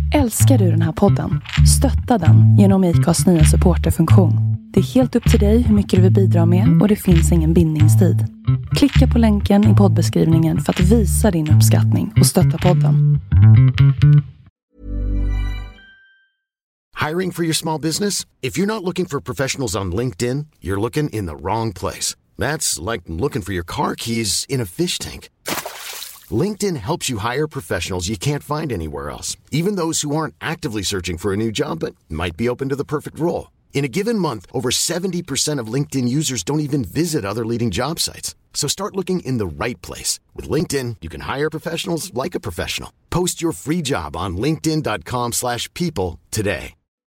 Älskar du den här podden? Stötta den genom IKAs nya supporterfunktion. Det är helt upp till dig hur mycket du vill bidra med och det finns ingen bindningstid. Klicka på länken i poddbeskrivningen för att visa din uppskattning och stötta podden. Hiring for your small business? If you're not looking for professionals on LinkedIn, you're looking in the wrong place. That's like looking for your car keys in a fish tank. LinkedIn helps you hire professionals you can't find anywhere else, even those who aren't actively searching for a new job but might be open to the perfect role. In a given month, over 70% of LinkedIn users don't even visit other leading job sites. So start looking in the right place. With LinkedIn, you can hire professionals like a professional. Post your free job on linkedin.com/people today.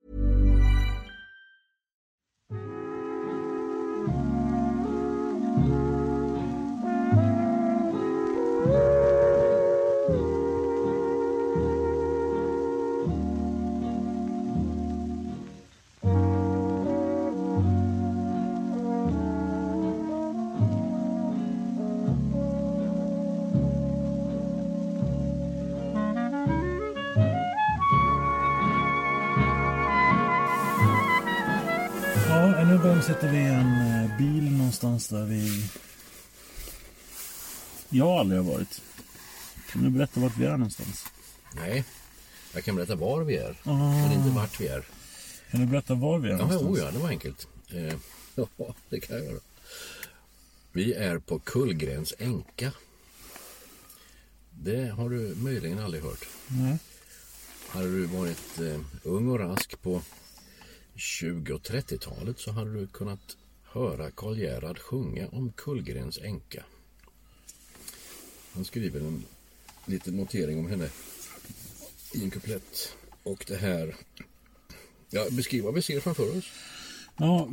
Ännu en gång sätter vi en bil någonstans där jag aldrig har varit. Kan du berätta vart vi är någonstans? Nej, jag kan berätta var vi är, men inte vart vi är. Kan du berätta var vi är någonstans? Ja, det var enkelt. Ja, det kan jag göra. Vi är på Kullgrens änka. Det har du möjligen aldrig hört. Nej. Hade du varit ung och rask på 20- och 30-talet så hade du kunnat höra Karl Gerhard sjunga om Kullgrens änka. Han skriver en liten notering om henne i en kuplett. Och det här... Ja, beskriv vad vi ser framför oss. Ja,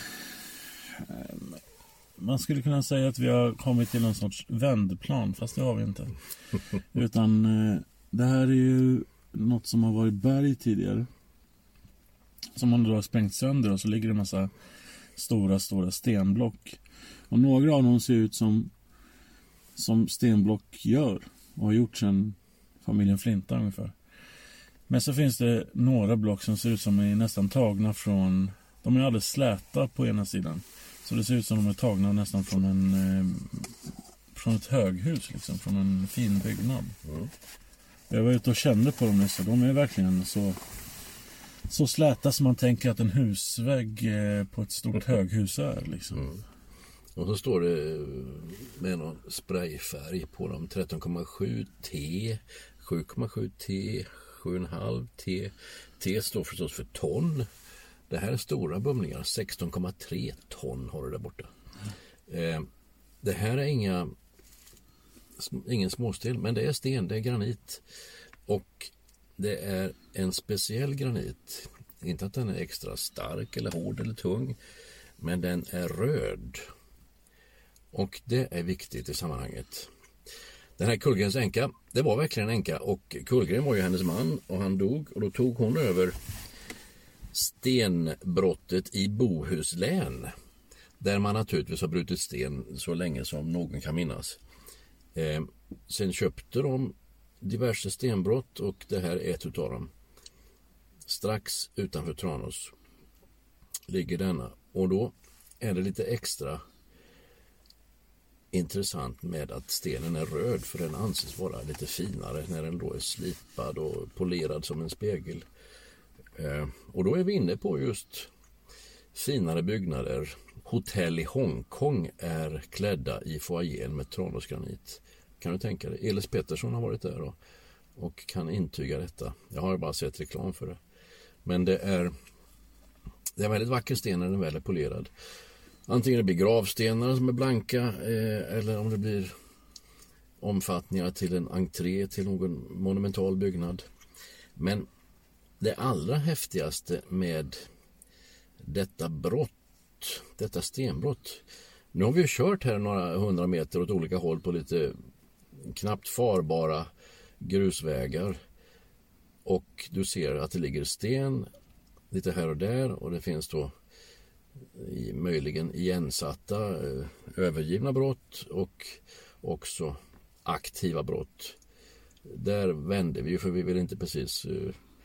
man skulle kunna säga att vi har kommit till någon sorts vändplan, fast det har vi inte. Utan det här är ju något som har varit berg tidigare. Som man då har sprängt sönder och så ligger det en massa stora stenblock. Och några av dem ser ut som stenblock gör och har gjort sedan familjen Flinta ungefär. Men så finns det några block som ser ut som är nästan tagna från... De är alldeles släta på ena sidan. Så det ser ut som de är tagna nästan från ett höghus, liksom, från en fin byggnad. Mm. Jag var ute och kände på dem nyss. De är verkligen så släta som man tänker att en husvägg på ett stort höghus är. Liksom. Mm. Och så står det med någon sprayfärg på dem. 13,7 T, 7,7 T, 7,5 T. T står förstås för ton. Det här är stora bumlingar. 16,3 ton har du där borta. Det här är ingen småsten, men det är sten, det är granit. Och det är en speciell granit. Inte att den är extra stark eller hård eller tung, men den är röd. Och det är viktigt i sammanhanget. Den här Kullgrens änka, det var verkligen en änka, och Kullgren var ju hennes man och han dog, och då tog hon över stenbrottet i Bohuslän, där man naturligtvis har brutit sten så länge som någon kan minnas. Sen köpte de diverse stenbrott och det här är ett utav dem. Strax utanför Tranås ligger denna, och då är det lite extra intressant med att stenen är röd, för den anses vara lite finare när den då är slipad och polerad som en spegel. Och då är vi inne på just finare byggnader. Hotell i Hongkong är klädda i foajén med Tranåsgranit. Kan du tänka dig? Elis Pettersson har varit där och kan intyga detta. Jag har bara sett reklam för det. Men det är väldigt vacker sten när den väl är polerad. Antingen det blir gravstenar som är blanka eller om det blir omfattningar till en entré till någon monumental byggnad. Men det allra häftigaste med detta stenbrott. Nu har vi ju kört här några 100 meter åt olika håll på lite knappt farbara grusvägar. Och du ser att det ligger sten lite här och där, och det finns då möjligen igensatta övergivna brott och också aktiva brott. Där vänder vi ju, för vi vill inte precis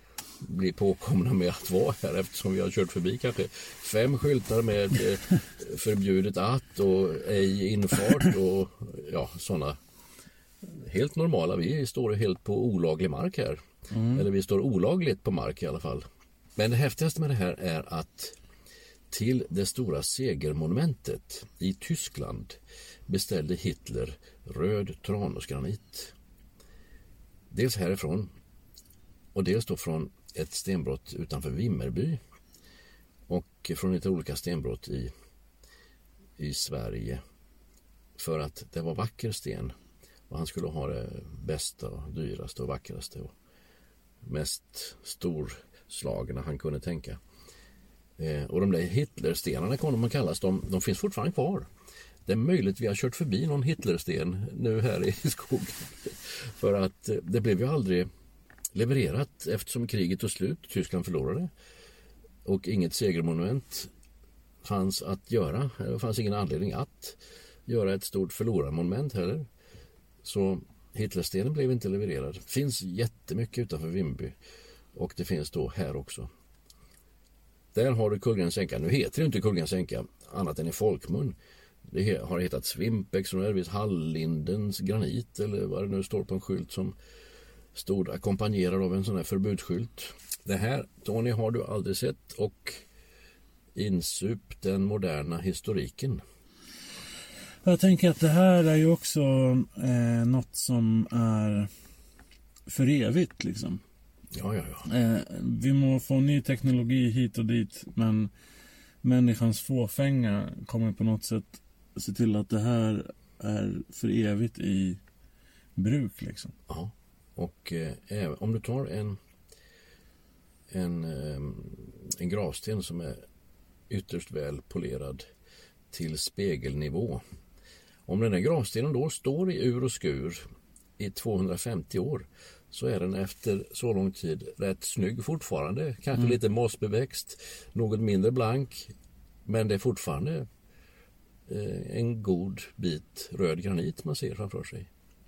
bli påkomna med att vara här, eftersom vi har kört förbi kanske 5 skyltar med förbjudet att och ej infart och ja, sådana helt normala. Vi står helt på olaglig mark här. Eller vi står olagligt på mark i alla fall. Men det häftigaste med det här är att till det stora segermonumentet i Tyskland beställde Hitler röd Tranåsgranit. Dels härifrån och dels då från ett stenbrott utanför Vimmerby och från lite olika stenbrott i Sverige, för att det var vacker sten och han skulle ha det bästa och dyraste och vackraste och mest storslagna han kunde tänka. Och de där Hitlerstenarna kommer man kallas, de finns fortfarande kvar. Det är möjligt vi har kört förbi någon Hitlersten nu här i skogen. För att det blev ju aldrig levererat eftersom kriget tog slut. Tyskland förlorade. Och inget segermonument fanns att göra. Det fanns ingen anledning att göra ett stort förlorarmonument heller. Så Hitlerstenen blev inte levererad. Det finns jättemycket utanför Vimmerby. Och det finns då här också. Där har du Kullgrens änka. Nu heter det inte Kullgrens änka annat än i folkmun. Det har hetat Svimpex och delvis Hallindens granit eller vad det nu står på en skylt som stod ackompanjerad av en sån här förbudsskylt. Det här, Tony, har du aldrig sett och insup den moderna historiken. Jag tänker att det här är ju också något som är för evigt liksom. Ja. Vi må få ny teknologi hit och dit, men människans fåfänga kommer på något sätt se till att det här är för evigt i bruk liksom. Ja, och om du tar en gravsten som är ytterst väl polerad till spegelnivå. Om den här gravstenen då står i ur och skur i 250 år, så är den efter så lång tid rätt snygg fortfarande. Kanske lite mossbeväxt, något mindre blank, men det är fortfarande en god bit röd granit man ser framför sig.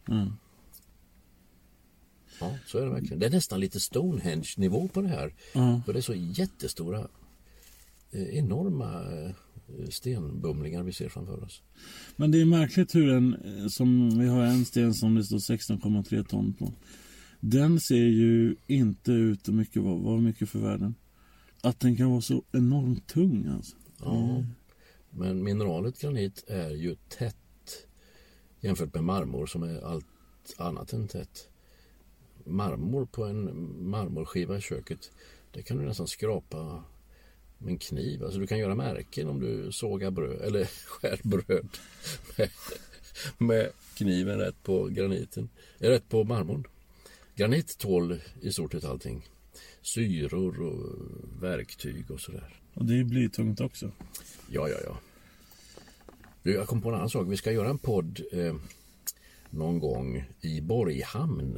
Ja, så är det verkligen. Det är nästan lite Stonehenge-nivå på det här. För det är så jättestora, enorma stenbumlingar vi ser framför oss. Men det är märkligt hur som vi har en sten som det står 16,3 ton på. Den ser ju inte ut att vara mycket för världen. Att den kan vara så enormt tung alltså. Ja, men mineralet granit är ju tätt jämfört med marmor som är allt annat än tätt. Marmor på en marmorskiva i köket, det kan du nästan skrapa med en kniv. Alltså du kan göra märken om du sågar bröd eller skär bröd med kniven rätt på graniten, rätt på marmorn. Granit tål i stort sett allting. Syror och verktyg och sådär. Och det blir tungt också. Ja. Jag kom på en annan sak. Vi ska göra en podd någon gång i Borghamn.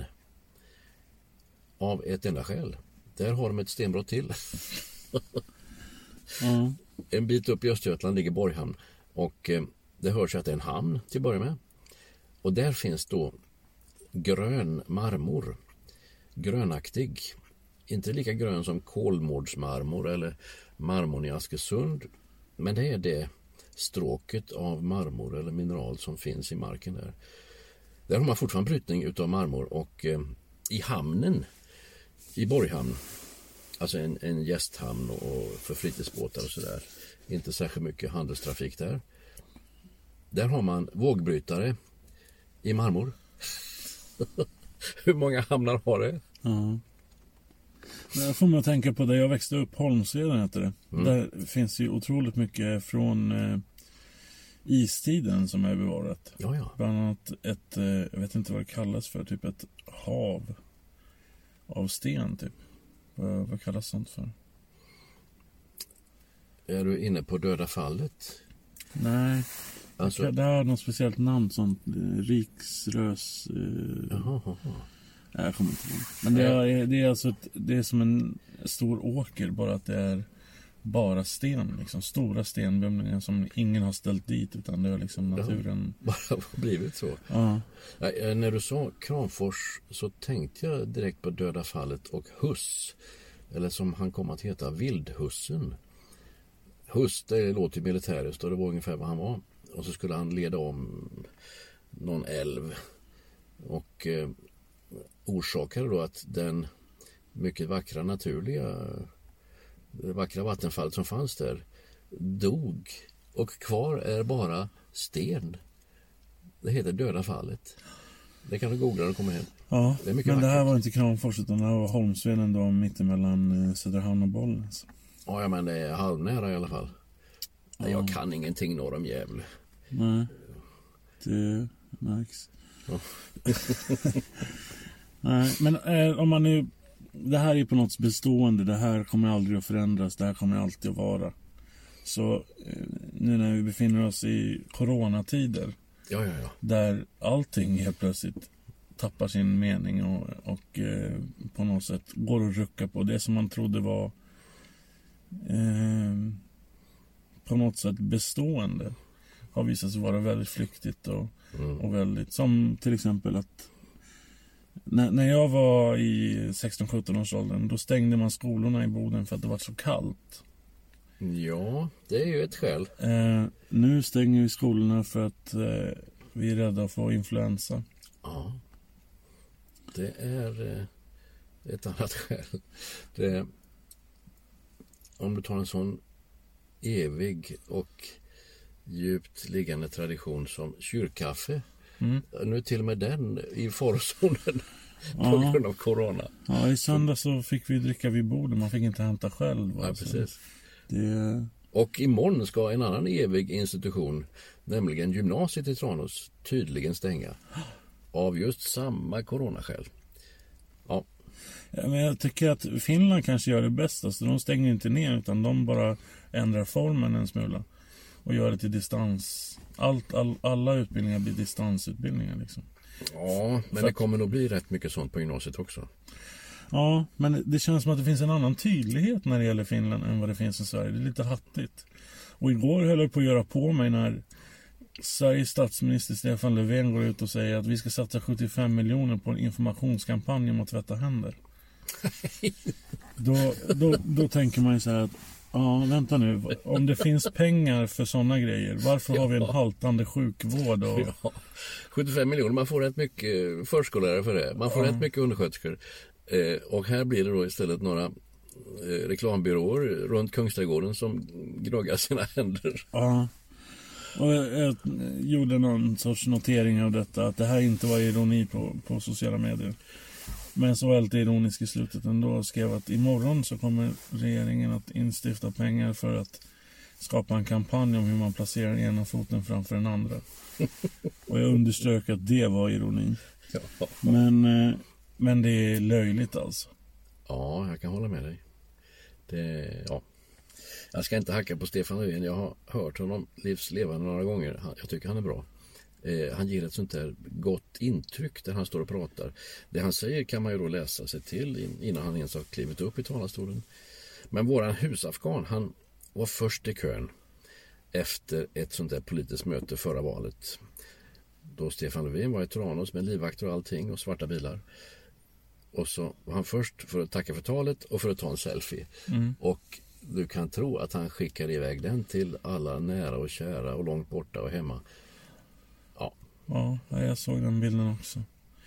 Av ett enda skäl. Där har de ett stenbrott till. En bit upp i Östergötland ligger Borghamn. Och det hörs att det är en hamn till att börja med. Och där finns då grön marmor. Grönaktig. Inte lika grön som Kolmårdsmarmor eller marmorn i Askesund. Men det är det stråket av marmor eller mineral som finns i marken där. Där har man fortfarande brytning utav marmor. Och i hamnen i Borghamn, alltså en gästhamn och för fritidsbåtar och sådär, inte särskilt mycket handelstrafik där. Där har man vågbrytare i marmor. Hur många hamnar har det? Ja. Jag får mig att tänka på det jag växte upp, Holmsveden heter det. Där finns ju otroligt mycket från istiden som är bevarat. Ja. Bland annat jag vet inte vad det kallas för, typ ett hav av sten typ. Vad kallas sånt för? Är du inne på Döda fallet? Nej. Alltså... Det har något speciellt namn, sånt Riksrös... Jag kommer inte ihåg. Men det är alltså det är som en stor åker, bara att det är bara sten, liksom stora stenbumlingar som ingen har ställt dit, utan det är liksom naturen. Bara blivit så. Ja. När du sa Kramfors så tänkte jag direkt på Döda fallet och Huss. eller som han kom att heta, Vildhussen. Huss, det låter militäriskt och det var ungefär vad han var. Och så skulle han leda om någon älv och orsakade då att den mycket vackra det vackra vattenfallet som fanns där dog, och kvar är bara sten. Det heter Döda fallet. Det kan du googla när du kommer hem. Ja, det är mycket men vackert. Det här var inte Kramfors utan det här var Holmsveden då, mittemellan Söderhamn och Bollnäs. Ja, men det är halvnära i alla fall. Ja. Jag kan ingenting norr om Gävle. Nej, det märks. Ja. Nej, men om man nu, det här är på något bestående, det här kommer aldrig att förändras, det här kommer alltid att vara. Så nu när vi befinner oss i coronatider, Ja. där allting helt plötsligt tappar sin mening och på något sätt går att rucka på det som man trodde var på något sätt bestående, har visat sig vara väldigt flyktigt och väldigt, som till exempel att när jag var i 16-17 års åldern, då stängde man skolorna i Boden för att det var så kallt. Ja, det är ju ett skäl. Nu stänger vi skolorna för att vi är rädda att få influensa. Ja, det är ett annat skäl. Om du tar en sån evig och djupt liggande tradition som kyrkkaffe, nu är till och med den i farozonen på grund av corona. Ja, i söndag så fick vi dricka vid bordet, man fick inte hämta själv. Ja, precis. Och imorgon ska en annan evig institution, nämligen gymnasiet i Tranås, tydligen stänga. Av just samma coronaskäl. Ja. Ja, men jag tycker att Finland kanske gör det bästa. Så de stänger inte ner, utan de bara ändrar formen en smula. Och gör det till distans. Alla utbildningar blir distansutbildningar liksom. Ja, men det kommer nog bli rätt mycket sånt på gymnasiet också. Ja, men det känns som att det finns en annan tydlighet när det gäller Finland än vad det finns i Sverige. Det är lite hattigt. Och igår höll jag på att göra på mig när Sveriges statsminister Stefan Löfven går ut och säger att vi ska satsa 75 miljoner på en informationskampanj om att tvätta händer. Då tänker man ju så här att ja, vänta nu. Om det finns pengar för sådana grejer, varför har vi en haltande sjukvård? Ja, 75 miljoner, man får rätt mycket förskollärare för det. Man får rätt mycket undersköterskor. Och här blir det då istället några reklambyråer runt Kungsträdgården som gnuggar sina händer. Ja. Och jag gjorde någon sorts notering av detta, att det här inte var ironi på sociala medier. Men så var lite ironisk i slutet ändå, skrev att imorgon så kommer regeringen att instifta pengar för att skapa en kampanj om hur man placerar den ena foten framför den andra. Och jag underströk att det var ironi. Ja. Men det är löjligt alltså. Ja, jag kan hålla med dig. Ja. Jag ska inte hacka på Stefan Löfven. Jag har hört honom livslevande några gånger. Jag tycker han är bra. Han ger ett sånt där gott intryck där han står och pratar. Det han säger kan man ju då läsa sig till innan han ens har klivit upp i talarstolen. Men våran husafghan, han var först i kön efter ett sånt där politiskt möte förra valet. Då Stefan Löfven var i Tranås med livvakter och allting och svarta bilar. Och så var han först för att tacka för talet och för att ta en selfie. Och du kan tro att han skickar iväg den till alla nära och kära och långt borta och hemma. Ja, jag såg den bilden också.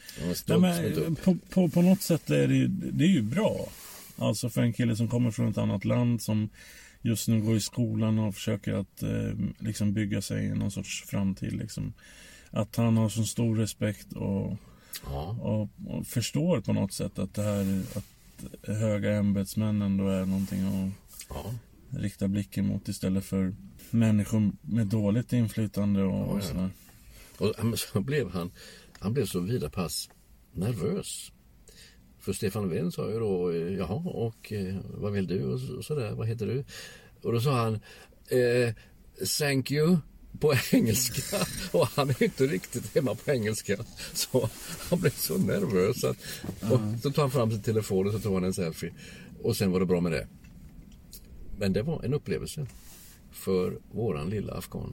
På något sätt är det är ju bra. Alltså för en kille som kommer från ett annat land, som just nu går i skolan och försöker att liksom bygga sig någon sorts framtid liksom. Att han har så stor respekt och förstår på något sätt att det här, att höga ämbetsmännen då är någonting att rikta blicken mot istället för människor med dåligt inflytande och sådär. Och så blev han blev så vida pass nervös. För Stefan Löfven sa ju då, jaha, och vad vill du? Och sådär, vad heter du? Och då sa han, thank you på engelska. Och han är inte riktigt hemma på engelska. Så han blev så nervös. Och så tog han fram sin telefon och så tog han en selfie. Och sen var det bra med det. Men det var en upplevelse för våran lilla afghan.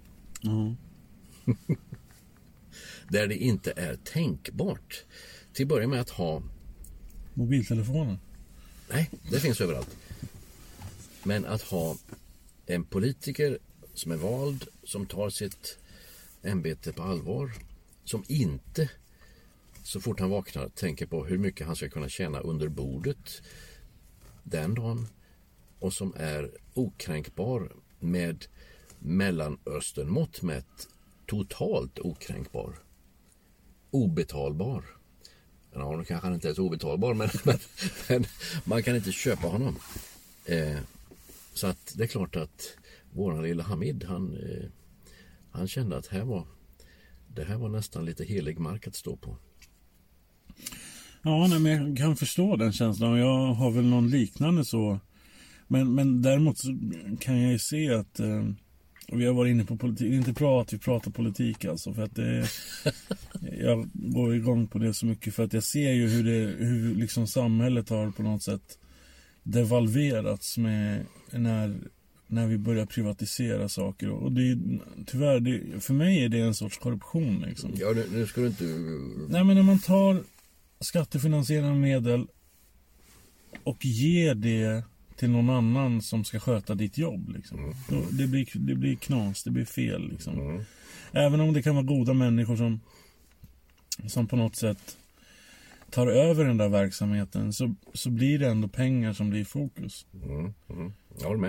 Där det inte är tänkbart till att börja med att ha mobiltelefonen. Nej, det finns överallt. Men att ha en politiker som är vald, som tar sitt ämbete på allvar, som inte så fort han vaknar tänker på hur mycket han ska kunna tjäna under bordet den dagen, och som är okränkbar med Mellanöstern-mått mätt, totalt okränkbar, obetalbar. Ja, nu kanske han inte är så obetalbar, men man kan inte köpa honom. Så att det är klart att våran lilla Hamid, han kände att det här var nästan lite helig mark att stå på. Ja, nej, men jag kan förstå den känslan. Jag har väl någon liknande så. Men däremot så kan jag ju se att vi har varit inne på politik. Det är inte bra att vi pratar politik alltså, för att jag går igång på det så mycket för att jag ser ju hur liksom samhället har på något sätt devalverats med när vi börjar privatisera saker, och det är tyvärr för mig är det en sorts korruption liksom. Ja, nu ska du inte... Nej, men när man tar skattefinansierade medel och ger det till någon annan som ska sköta ditt jobb liksom. Då, det blir knas, det blir fel liksom. Även om det kan vara goda människor som på något sätt tar över den där verksamheten, så blir det ändå pengar som blir i fokus. Jag håller med.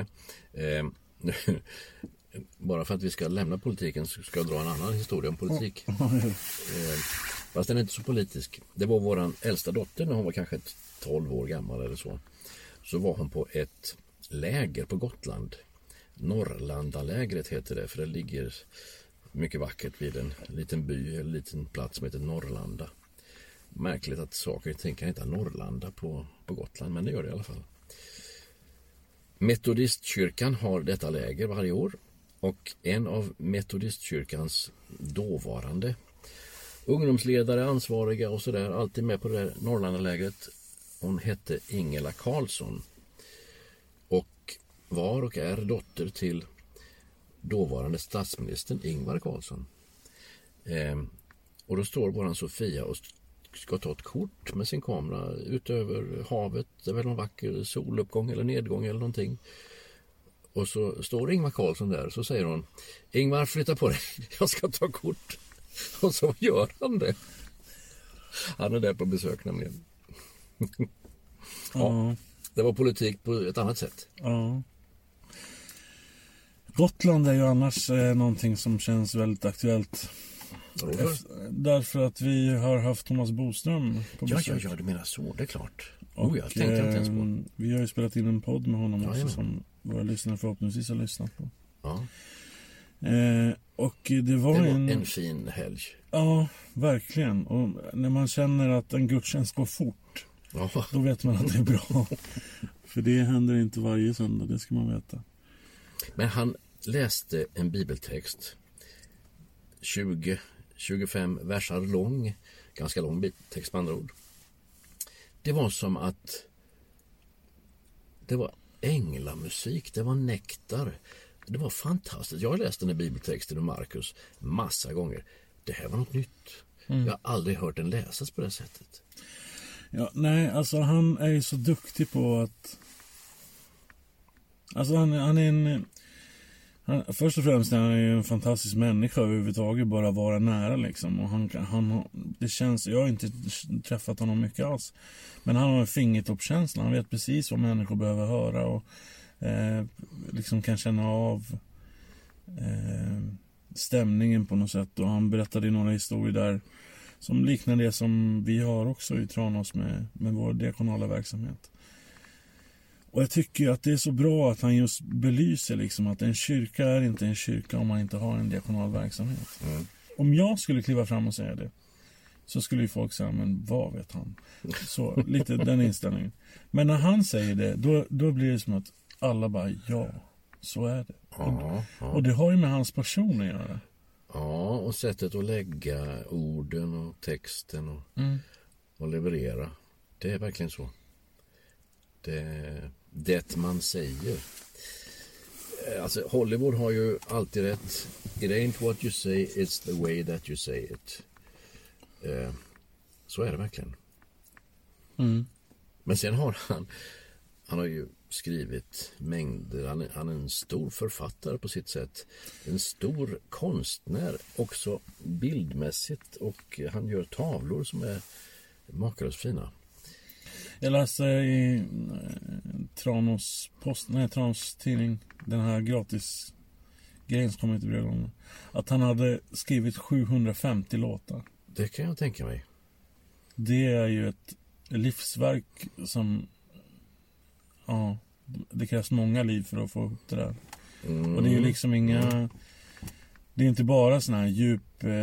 Bara för att vi ska lämna politiken så ska jag dra en annan historia om politik. Fast den är inte så politisk. Det var våran äldsta dotter när hon var kanske 12 år gammal eller så. Så var hon på ett läger på Gotland. Norrlandalägret heter det, för det ligger mycket vackert vid en liten by, en liten plats som heter Norrlanda. Märkligt att saker och ting kan heta Norrlanda på Gotland, men det gör det i alla fall. Metodistkyrkan har detta läger varje år, och en av Metodistkyrkans dåvarande ungdomsledare, ansvariga och sådär, alltid med på det där Norrlandalägret, hon hette Ingela Carlsson och var och är dotter till dåvarande statsministern Ingvar Carlsson. Och då står våran Sofia och ska ta ett kort med sin kamera utöver havet. Det är väl någon vacker soluppgång eller nedgång eller någonting. Och så står Ingvar Carlsson där, så säger hon: Ingvar, flytta på dig, jag ska ta kort. Och så gör han det. Han är där på besök nämligen. Ja, det var politik på ett annat sätt. Ja. Gotland är ju annars någonting som känns väldigt aktuellt. Därför att vi har haft Thomas Boström på besök. Ja, du menar så, det är klart. Och, jag tänkte inte ens på. Vi har ju spelat in en podd med honom också som våra lyssnare förhoppningsvis har lyssnat på. Ja. Och det var en fin helg. Ja, verkligen. Och när man känner att en gudstjänst går fort, då vet man att det är bra. För det händer inte varje söndag, det ska man veta. Men han läste en bibeltext 20-25 versar lång, ganska lång text med andra ord. Det var som att det var änglamusik, det var nektar. Det var fantastiskt. Jag har läst den här bibeltexten om Markus massa gånger. Det här var något nytt. Jag har aldrig hört den läsas på det sättet. Ja, nej, alltså han är ju så duktig på att... Alltså han är en... först och främst är han ju en fantastisk människa överhuvudtaget, bara vara nära liksom. Och det känns, jag har inte träffat honom mycket alls, men han har en fingertoppskänsla. Han vet precis vad människor behöver höra och liksom kan känna av stämningen på något sätt. Och han berättade några historier där som liknar det som vi har också i Tranås med vår diakonala verksamhet. Och jag tycker att det är så bra att han just belyser liksom att en kyrka är inte en kyrka om man inte har en diakonal verksamhet. Om jag skulle kliva fram och säga det, så skulle ju folk säga, men vad vet han? Så lite den inställningen. Men när han säger det, då blir det som att alla bara, ja, så är det. Och det har ju med hans passion att göra. Ja, och sättet att lägga orden och texten och leverera. Det är verkligen så. Det man säger. Alltså Hollywood har ju alltid rätt. It ain't what you say, it's the way that you say it. Så är det verkligen. Men sen har han har ju skrivit mängder. Han är en stor författare på sitt sätt. En stor konstnär också bildmässigt, och han gör tavlor som är makalöst fina. Jag läste i Tranås tidning, den här gratis grejen som kom ut i brevgången, att han hade skrivit 750 låtar. Det kan jag tänka mig. Det är ju ett livsverk som, ja, det krävs många liv för att få ihop det där. Och det är ju liksom inga, det är inte bara sån här djup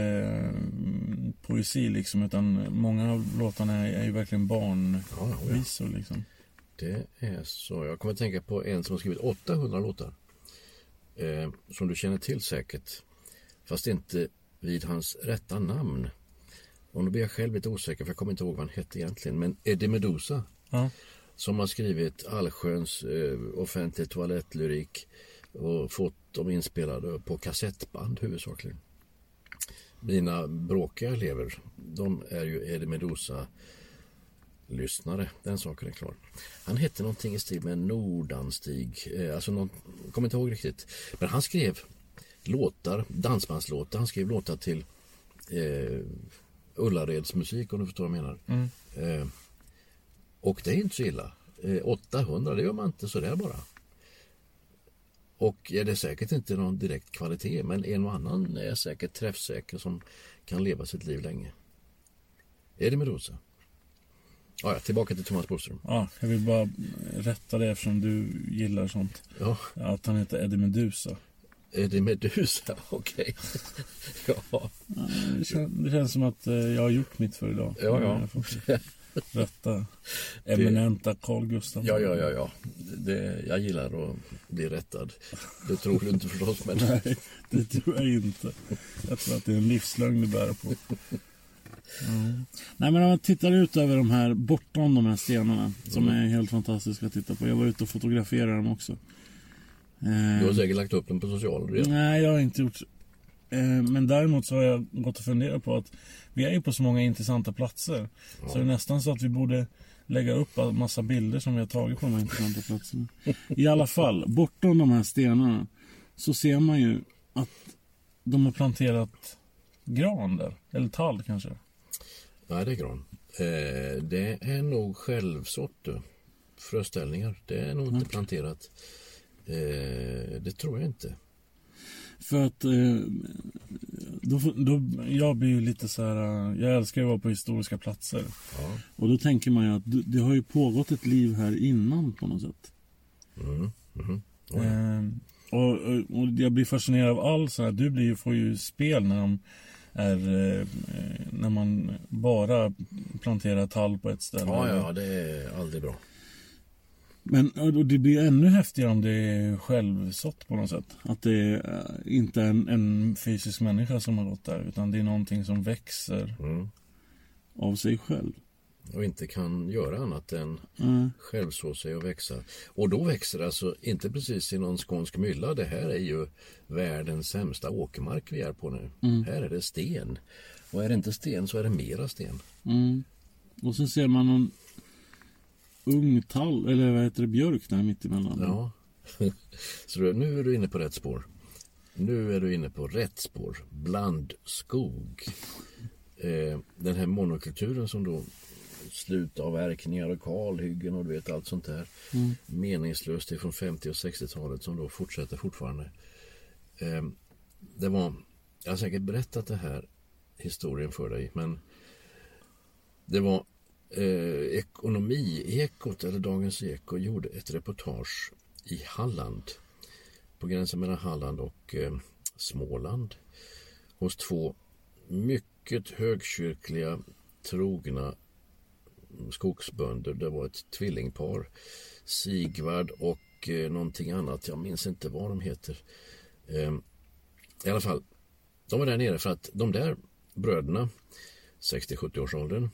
poesi liksom, utan många av låtarna är ju verkligen barnvisor liksom. Det är så. Jag kommer att tänka på en som har skrivit 800 låtar. Som du känner till säkert. Fast inte vid hans rätta namn. Och nu blir jag själv lite osäker, för jag kommer inte ihåg vad han hette egentligen. Men Eddie Meduza. Ja. Som har skrivit allsköns offentlig toalettlyrik och fått dem inspelade på kassettband huvudsakligen. Mina bråkiga elever, de är ju Eddie Meduza lyssnare, den saken är klar. Han hette någonting i stil med Nordanstig, kommer inte ihåg riktigt. Men han skrev låtar, dansbandslåtar, han skrev låtar till Ullareds musik, om du förstår vad jag menar. Och det är inte så illa. 800, det gör man inte så där bara. Och är det säkert inte någon direkt kvalitet, men en och annan är säkert träffsäker som kan leva sitt liv länge. Är det Meduza? Ja, tillbaka till Thomas Bodström. Ja, jag vill bara rätta det eftersom du gillar sånt. Ja. Att han heter Eddie Meduza. Eddie Meduza, okej. Ja. Det känns som att jag har gjort mitt för idag. Ja. Rätta eminenta Carl Gustaf. Ja. Jag gillar att bli rättad. Det tror du inte förstås, men... Nej, det tror jag inte. Jag tror att det är en livslögn du bär på. Nej, men om man tittar ut över de här, bortom de här stenarna som är helt fantastiska att titta på. Jag var ute och fotograferade dem också. Du har säkert lagt upp dem på sociala redan. Nej, jag har inte gjort. Men däremot så har jag gått och funderat på att vi är ju på så många intressanta platser. Ja. Så det är nästan så att vi borde lägga upp en massa bilder som vi har tagit på de här intressanta platserna. I alla fall, bortom de här stenarna så ser man ju att de har planterat gran där. Eller tall kanske. Nej, det är gran. Det är nog självsått fröställningar. Det är nog inte planterat. Det tror jag inte. För att då jag blir ju lite så här, jag älskar att vara på historiska platser. Ja. Och då tänker man ju att det har ju pågått ett liv här innan på något sätt. Och jag blir fascinerad av all så här, får ju spel när man bara planterar tall på ett ställe. Ja, det är aldrig bra. Men och det blir ännu häftigare om det är självsått på något sätt. Att det inte är en fysisk människa som har gått där, utan det är någonting som växer av sig själv. Och inte kan göra annat än självså sig och växa. Och då växer det alltså inte precis i någon skånsk mylla. Det här är ju världens sämsta åkermark vi är på nu. Här är det sten. Och är det inte sten så är det mera sten. Och så ser man någon ung tall, eller vad heter det, björk där mitt emellan. Ja, så nu är du inne på rätt spår. Nu är du inne på rätt spår. Blandskog. Den här monokulturen som då slutavverkningar och kalhyggen och du vet allt sånt där. Meningslöst från 50- och 60-talet som då fortsätter fortfarande. Jag har säkert berättat det här historien för dig, men det var Ekonomiekot eller Dagens Eko gjorde ett reportage i Halland, på gränsen mellan Halland och Småland, hos två mycket högkyrkliga trogna skogsbönder. Det var ett tvillingpar, Sigvard och någonting annat, jag minns inte vad de heter. I alla fall, de var där nere för att de där bröderna, 60-70 års åldern,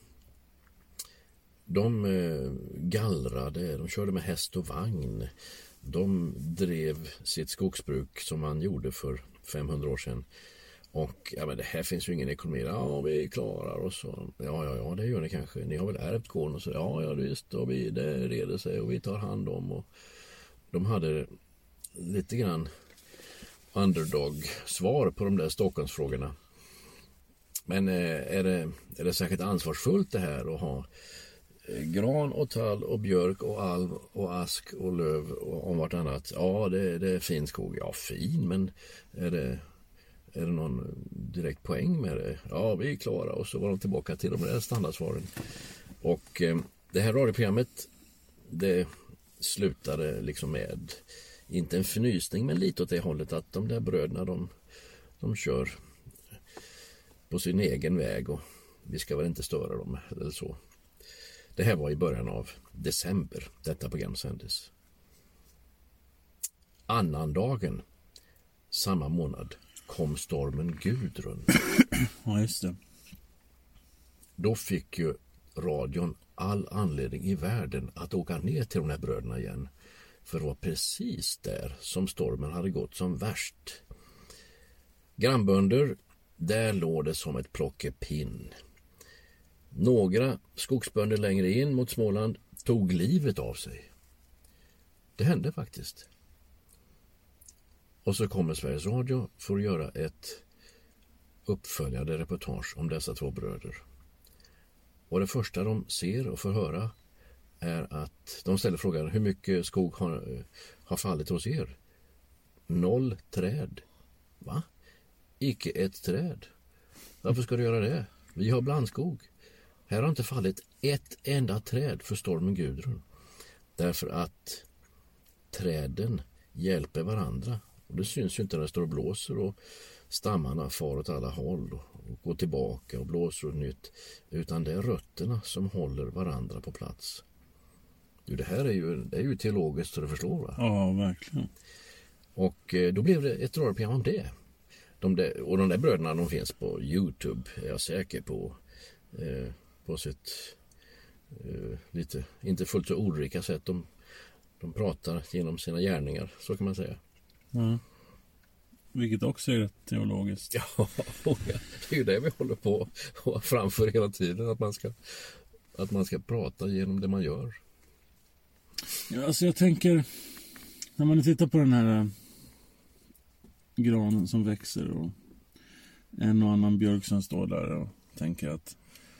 de gallrade, de körde med häst och vagn. De drev sitt skogsbruk som man gjorde för 500 år sedan. Och ja, men det här finns ju ingen ekonomi. Ja, vi klarar oss. Så. Ja, det gör ni kanske. Ni har väl ärvt gården och så. Ja, visst. Och det reder sig och vi tar hand om. Och de hade lite grann underdog-svar på de där Stockholmsfrågorna. Men är det särskilt ansvarsfullt det här att ha gran och tall och björk och alv och ask och löv och om vartannat? Ja, det är fin skog. Ja, fin, men är det någon direkt poäng med det? Ja, vi är klara. Och så var de tillbaka till de där standardsvaren. Och det här radioprogrammet, det slutade liksom med, inte en förnysning, men lite åt det hållet att de där bröderna, de kör på sin egen väg och vi ska väl inte störa dem eller så. Det här var i början av december detta program sändes. Annandagen samma månad kom stormen Gudrun. Ja, just det. Då fick ju radion all anledning i världen att åka ner till de här bröderna igen. För det var precis där som stormen hade gått som värst. Grannbönder, där låg det som ett plockepinn. Några skogsbönder längre in mot Småland tog livet av sig. Det hände faktiskt. Och så kommer Sveriges Radio för att göra ett uppföljande reportage om dessa två bröder. Och det första de ser och får höra är att de ställer frågan: hur mycket skog har fallit hos er? 0 träd. Va? Icke ett träd. Varför ska du göra det? Vi har blandskog. Här har inte fallit ett enda träd för stormen Gudrun. Därför att träden hjälper varandra. Och det syns ju inte när det står och blåser och stammarna far åt alla håll och går tillbaka och blåser och nytt. Utan det är rötterna som håller varandra på plats. Det här är ju teologiskt så du förstår, va? Ja, verkligen. Och då blev det ett radioprogram om det. Och de där bröderna, de finns på YouTube, är jag säker på. På sitt lite, inte fullt så ordrika sätt. De pratar genom sina gärningar, så kan man säga. Ja. Vilket också är rätt teologiskt. Ja, det är ju det vi håller på och framför hela tiden. Att man ska prata genom det man gör. Ja, alltså jag tänker, när man tittar på den här granen som växer och en och annan björk som står där och tänker att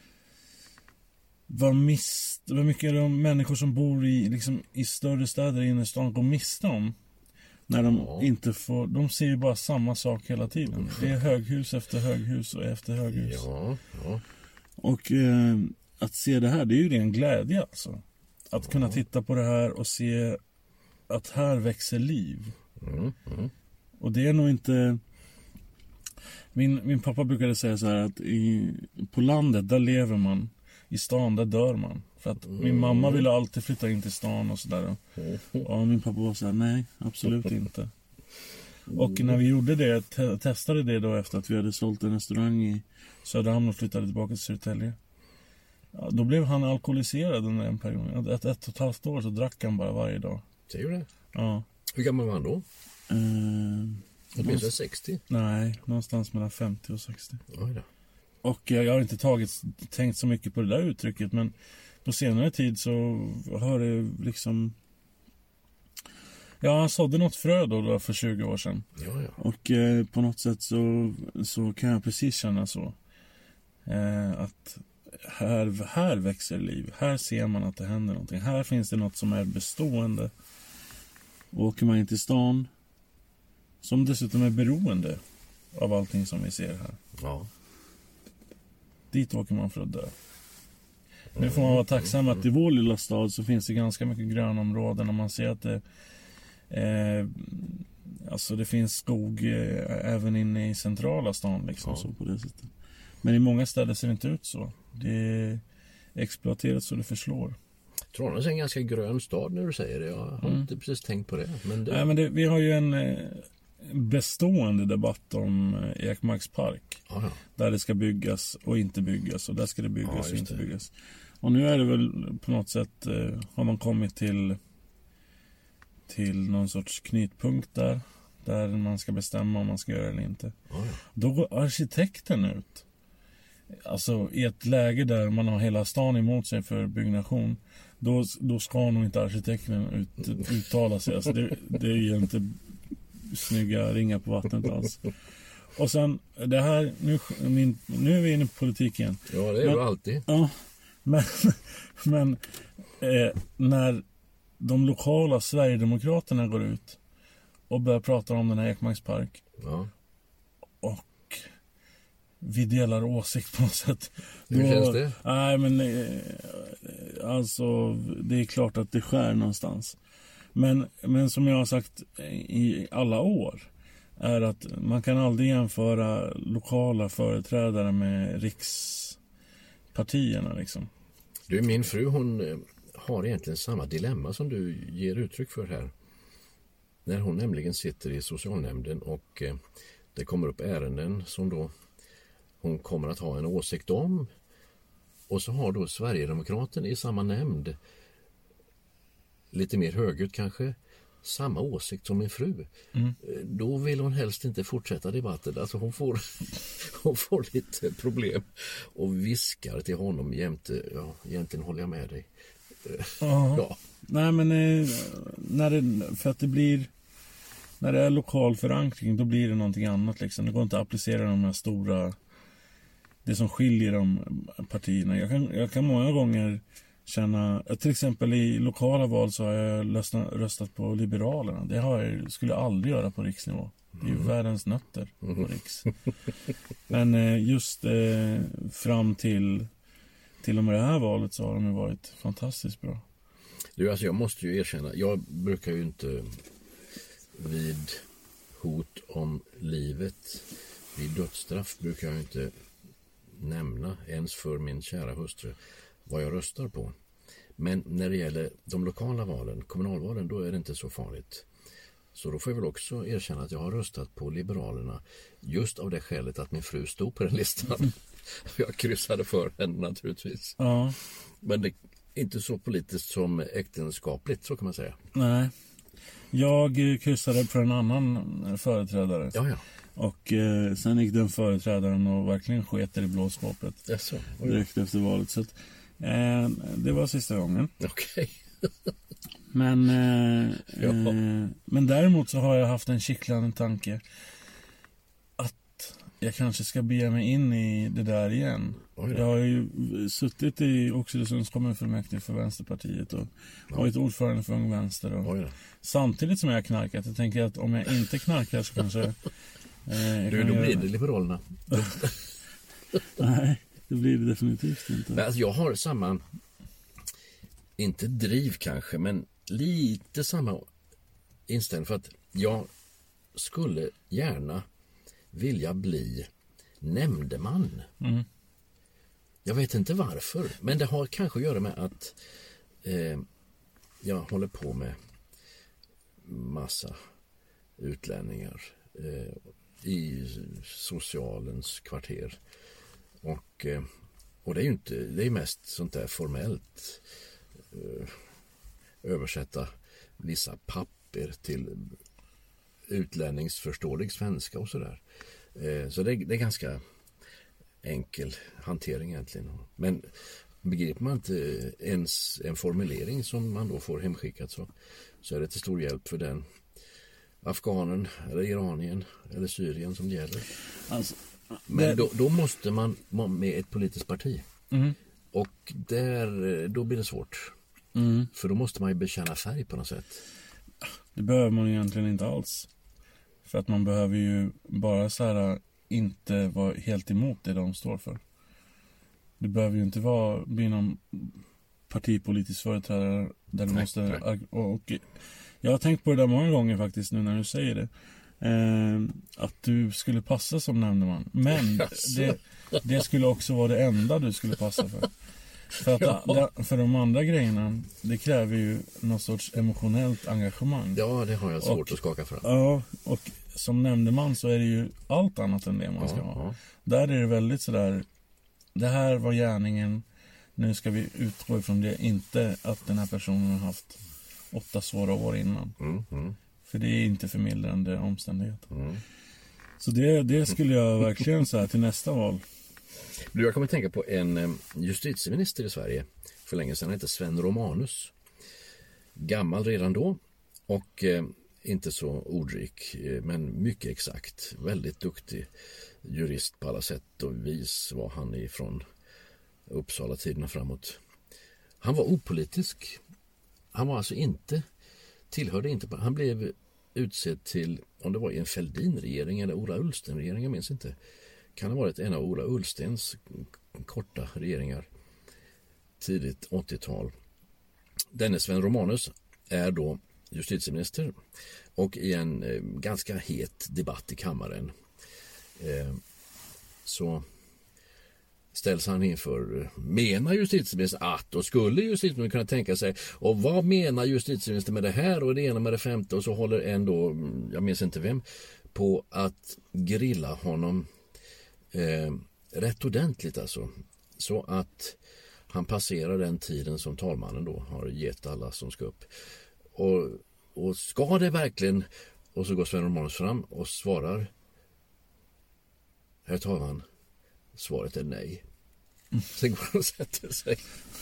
vad mycket är de människor som bor i större städer inne i stan går miste om när de inte får, de ser ju bara samma sak hela tiden. Det är höghus efter höghus och efter höghus. Ja. Och att se det här, det är ju ren glädje alltså. Att kunna titta på det här och se att här växer liv. Och det är nog inte... Min pappa brukade säga så här att på landet där lever man, i stan där dör man. För att min mamma ville alltid flytta in till stan och sådär. Och min pappa var så här: nej, absolut inte. Och när vi gjorde det, testade det då efter att vi hade sålt en restaurang i Söderhamn och flyttade tillbaka till Södertälje. Ja, då blev han alkoholiserad under en period. Ett och ett halvt år så drack han bara varje dag. Ser du det? Ja. Hur gammal var han då? Åtminstone 60? Nej, någonstans mellan 50 och 60. Oj då. Och jag har inte tänkt så mycket på det där uttrycket, men på senare tid så har det liksom... Ja, han sådde något frö då för 20 år sedan. Ja. Och på något sätt så kan jag precis känna så. Att här växer liv. Här ser man att det händer någonting. Här finns det något som är bestående. Och åker man in till stan, som dessutom är beroende av allting som vi ser här. Ja. Dit åker man för att dö. Nu får man vara tacksam att i vår lilla stad så finns det ganska mycket grönområden och man ser att det alltså det finns skog även inne i centrala stan liksom, så på det sättet. Men i många städer ser det inte ut så. Det är exploaterat så det förslår. Tranås är en ganska grön stad när du säger det. Jag har inte precis tänkt på det. Men det... Nej, men vi har ju en bestående debatt om Ekmarkspark. Aha. Där det ska byggas och inte byggas. Och där ska det byggas och inte byggas. Och nu är det väl på något sätt har man kommit till någon sorts knytpunkt där. där man ska bestämma om man ska göra det eller inte. Ja. Då går arkitekten ut. Alltså i ett läge där man har hela stan emot sig för byggnation, då ska nog inte arkitekten uttala sig. Alltså det är ju inte snygga ringar på vattnet alls. Och sen det här, nu är vi inne på politiken. Ja, det är ju alltid. Ja, men när de lokala Sverigedemokraterna går ut och börjar prata om den här Ekmarkspark, Ja. och vi delar åsikt på något sätt. Hur känns det? Nej, men alltså det är klart att det skär någonstans. Men som jag har sagt i alla år är att man kan aldrig jämföra lokala företrädare med rikspartierna liksom. Du, min fru, hon har egentligen samma dilemma som du ger uttryck för här. När hon nämligen sitter i socialnämnden och det kommer upp ärenden som då hon kommer att ha en åsikt om. Och så har då Sverigedemokraten i samma nämnd, lite mer högljutt kanske, samma åsikt som min fru. Då vill hon helst inte fortsätta debatten. Alltså hon får lite problem och viskar till honom jämte, ja, egentligen håller jag med dig. Ja. Nej, men när det är lokal förankring, då blir det någonting annat liksom. Det går inte att applicera de här stora, det som skiljer de partierna. Jag kan många gånger känna, till exempel i lokala val så har jag röstat på Liberalerna. Det skulle jag aldrig göra på riksnivå. Det är ju världens nötter på riks. Men just fram till och med det här valet så har de ju varit fantastiskt bra. Du, alltså jag måste ju erkänna, jag brukar ju inte vid hot om livet, vid dödsstraff brukar jag inte nämna ens för min kära hustru vad jag röstar på. Men när det gäller de lokala valen, kommunalvalen, då är det inte så farligt. Så då får jag väl också erkänna att jag har röstat på Liberalerna just av det skälet att min fru stod på den listan. Jag kryssade för henne naturligtvis. Ja. Men det är inte så politiskt som äktenskapligt, så kan man säga. Nej. Jag kryssade för en annan företrädare. Ja. Och sen gick den företrädaren och verkligen sket i blåskåpet. Jaså, direkt efter valet. Så att, det var sista gången. Okej. Men däremot så har jag haft en kittlande tanke att jag kanske ska bege mig in i det där igen. Jag har ju suttit i Oxelösunds kommunfullmäktige för Vänsterpartiet och varit ordförande för Ung Vänster. Och samtidigt som jag har knarkat, jag tänker att om jag inte knarkar så kanske då blir det Liberalerna. Nej, det blir det definitivt inte. Men alltså jag har samma, inte driv kanske, men lite samma inställning, för att jag skulle gärna vilja bli nämndeman. Jag vet inte varför, men det har kanske att göra med att jag håller på med massa utlänningar i socialens kvarter. Och det är ju inte, det är mest sånt där formellt, översätta vissa papper till utlänningsförståelig svenska och sådär. Så det är ganska enkel hantering egentligen. Men begriper man inte ens en formulering som man då får hemskickat, så är det till stor hjälp för den afghanen eller iranien eller syrien som det gäller. Alltså, men då måste man med ett politiskt parti. Och då blir det svårt. För då måste man ju bekänna färg på något sätt. Det behöver man egentligen inte alls. För att man behöver ju bara så här inte vara helt emot det de står för. Det behöver ju inte bli någon partipolitisk företrädare där du måste... Och jag har tänkt på det där många gånger faktiskt nu när du säger det. Att du skulle passa som nämndeman. Men det skulle också vara det enda du skulle passa för. För de andra grejerna, det kräver ju någon sorts emotionellt engagemang. Ja, det har jag svårt att skaka fram. Ja, och som nämndeman så är det ju allt annat än det man ska ha. Ja. Där är det väldigt sådär, det här var gärningen, nu ska vi utgå ifrån det, inte att den här personen har haft 8 svåra år innan. För det är inte förmildrande omständigheter. Så det skulle jag verkligen säga till nästa val. Du, jag kommer att tänka på en justitieminister i Sverige för länge sedan. Han heter Sven Romanus. Gammal redan då och inte så ordrik, men mycket exakt. Väldigt duktig jurist på alla sätt och vis var han ifrån Uppsala-tiden och framåt. Han var opolitisk. Han var alltså tillhörde inte, han blev utsedd till, om det var i en Fälldin-regering eller Ola Ullsten-regering, jag minns inte. Kan ha varit en av Ola Ullstens korta regeringar tidigt 80-tal. Denne Sven Romanus är då justitieminister och i en ganska het debatt i kammaren så ställs han inför, menar justitieministern att, och skulle justitieministern kunna tänka sig, och vad menar justitieministern med det här och det ena med det femte, och så håller en då, jag minns inte vem, på att grilla honom rätt ordentligt alltså, så att han passerar den tiden som talmannen då har gett alla som ska upp. Och ska det verkligen, och så går Sven Romanus fram och svarar, herr talman, svaret är nej. Sen går han och sätter sig.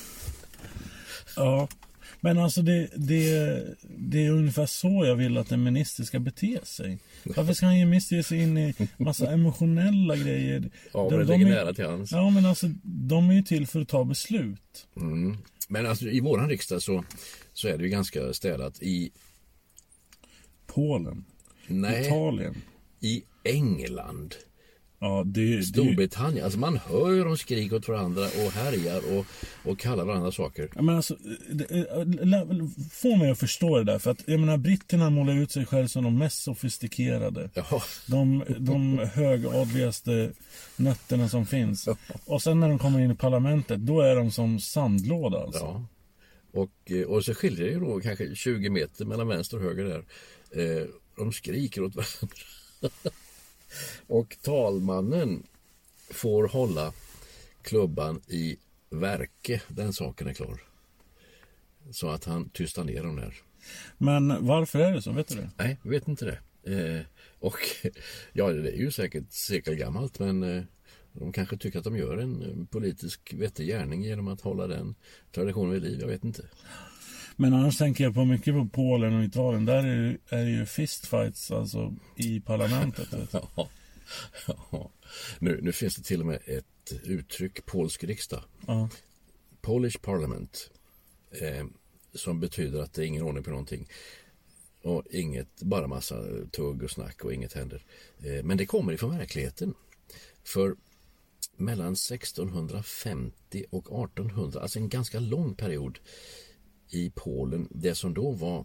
Ja, men alltså det är ungefär så jag vill att en minister ska bete sig. Varför ska han ge minister sig in i massa emotionella grejer? Ja, det ligger nära till hans. Ja, men alltså de är ju till för att ta beslut. Men alltså i våran riksdag så är det ju ganska städat i Polen, Italien, i England. Ja, Storbritannien, alltså man hör dem skrika åt varandra och härjar och kallar varandra saker. Ja, men alltså, får mig att förstå det där, för att jag menar, britterna målar ut sig själv som de mest sofistikerade. Ja. De högadligaste nötterna som finns. Ja. Och sen när de kommer in i parlamentet, då är de som sandlåda alltså. Ja. Och så skiljer det ju då kanske 20 meter mellan vänster och höger där. De skriker åt varandra. Och talmannen får hålla klubban i verke, den saken är klar. Så att han tystar ner dem där. Men varför är det så, vet du det? Nej, jag vet inte det. Och ja, det är ju säkert sekelgammalt, men de kanske tycker att de gör en politisk vettig gärning genom att hålla den traditionen vid liv, jag vet inte. Men annars tänker jag på mycket på Polen och Italien. Där är det ju fistfights alltså i parlamentet. Ja. Nu finns det till och med ett uttryck, polsk riksdag. Ja. Polish parliament. Som betyder att det är ingen ordning på någonting. Och bara massa tugg och snack och inget händer. Men det kommer ifrån verkligheten. För mellan 1650 och 1800, alltså en ganska lång period i Polen, det som då var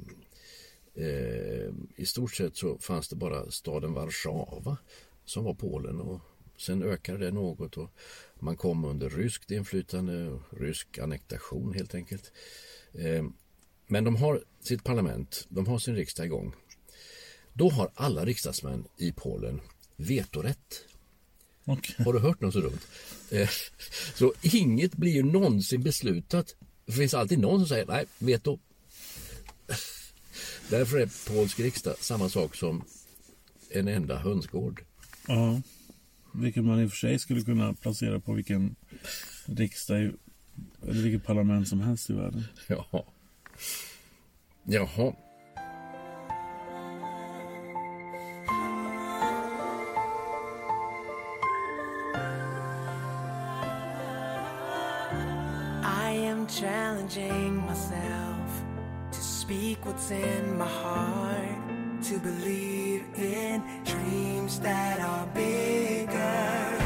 i stort sett så fanns det bara staden Warszawa som var Polen, och sen ökade det något och man kom under ryskt inflytande och rysk annektation helt enkelt. Men de har sitt parlament, de har sin riksdag igång. Då har alla riksdagsmän i Polen vetorätt. Okay. Har du hört något så dumt? Så inget blir ju någonsin beslutat. Det finns alltid någon som säger nej, veto. Därför är polsk riksdag samma sak som en enda hönsgård. Ja, vilket man i och för sig skulle kunna placera på vilken riksdag eller vilket parlament som helst i världen. Jaha. Challenging myself to speak what's in my heart, to believe in dreams that are bigger.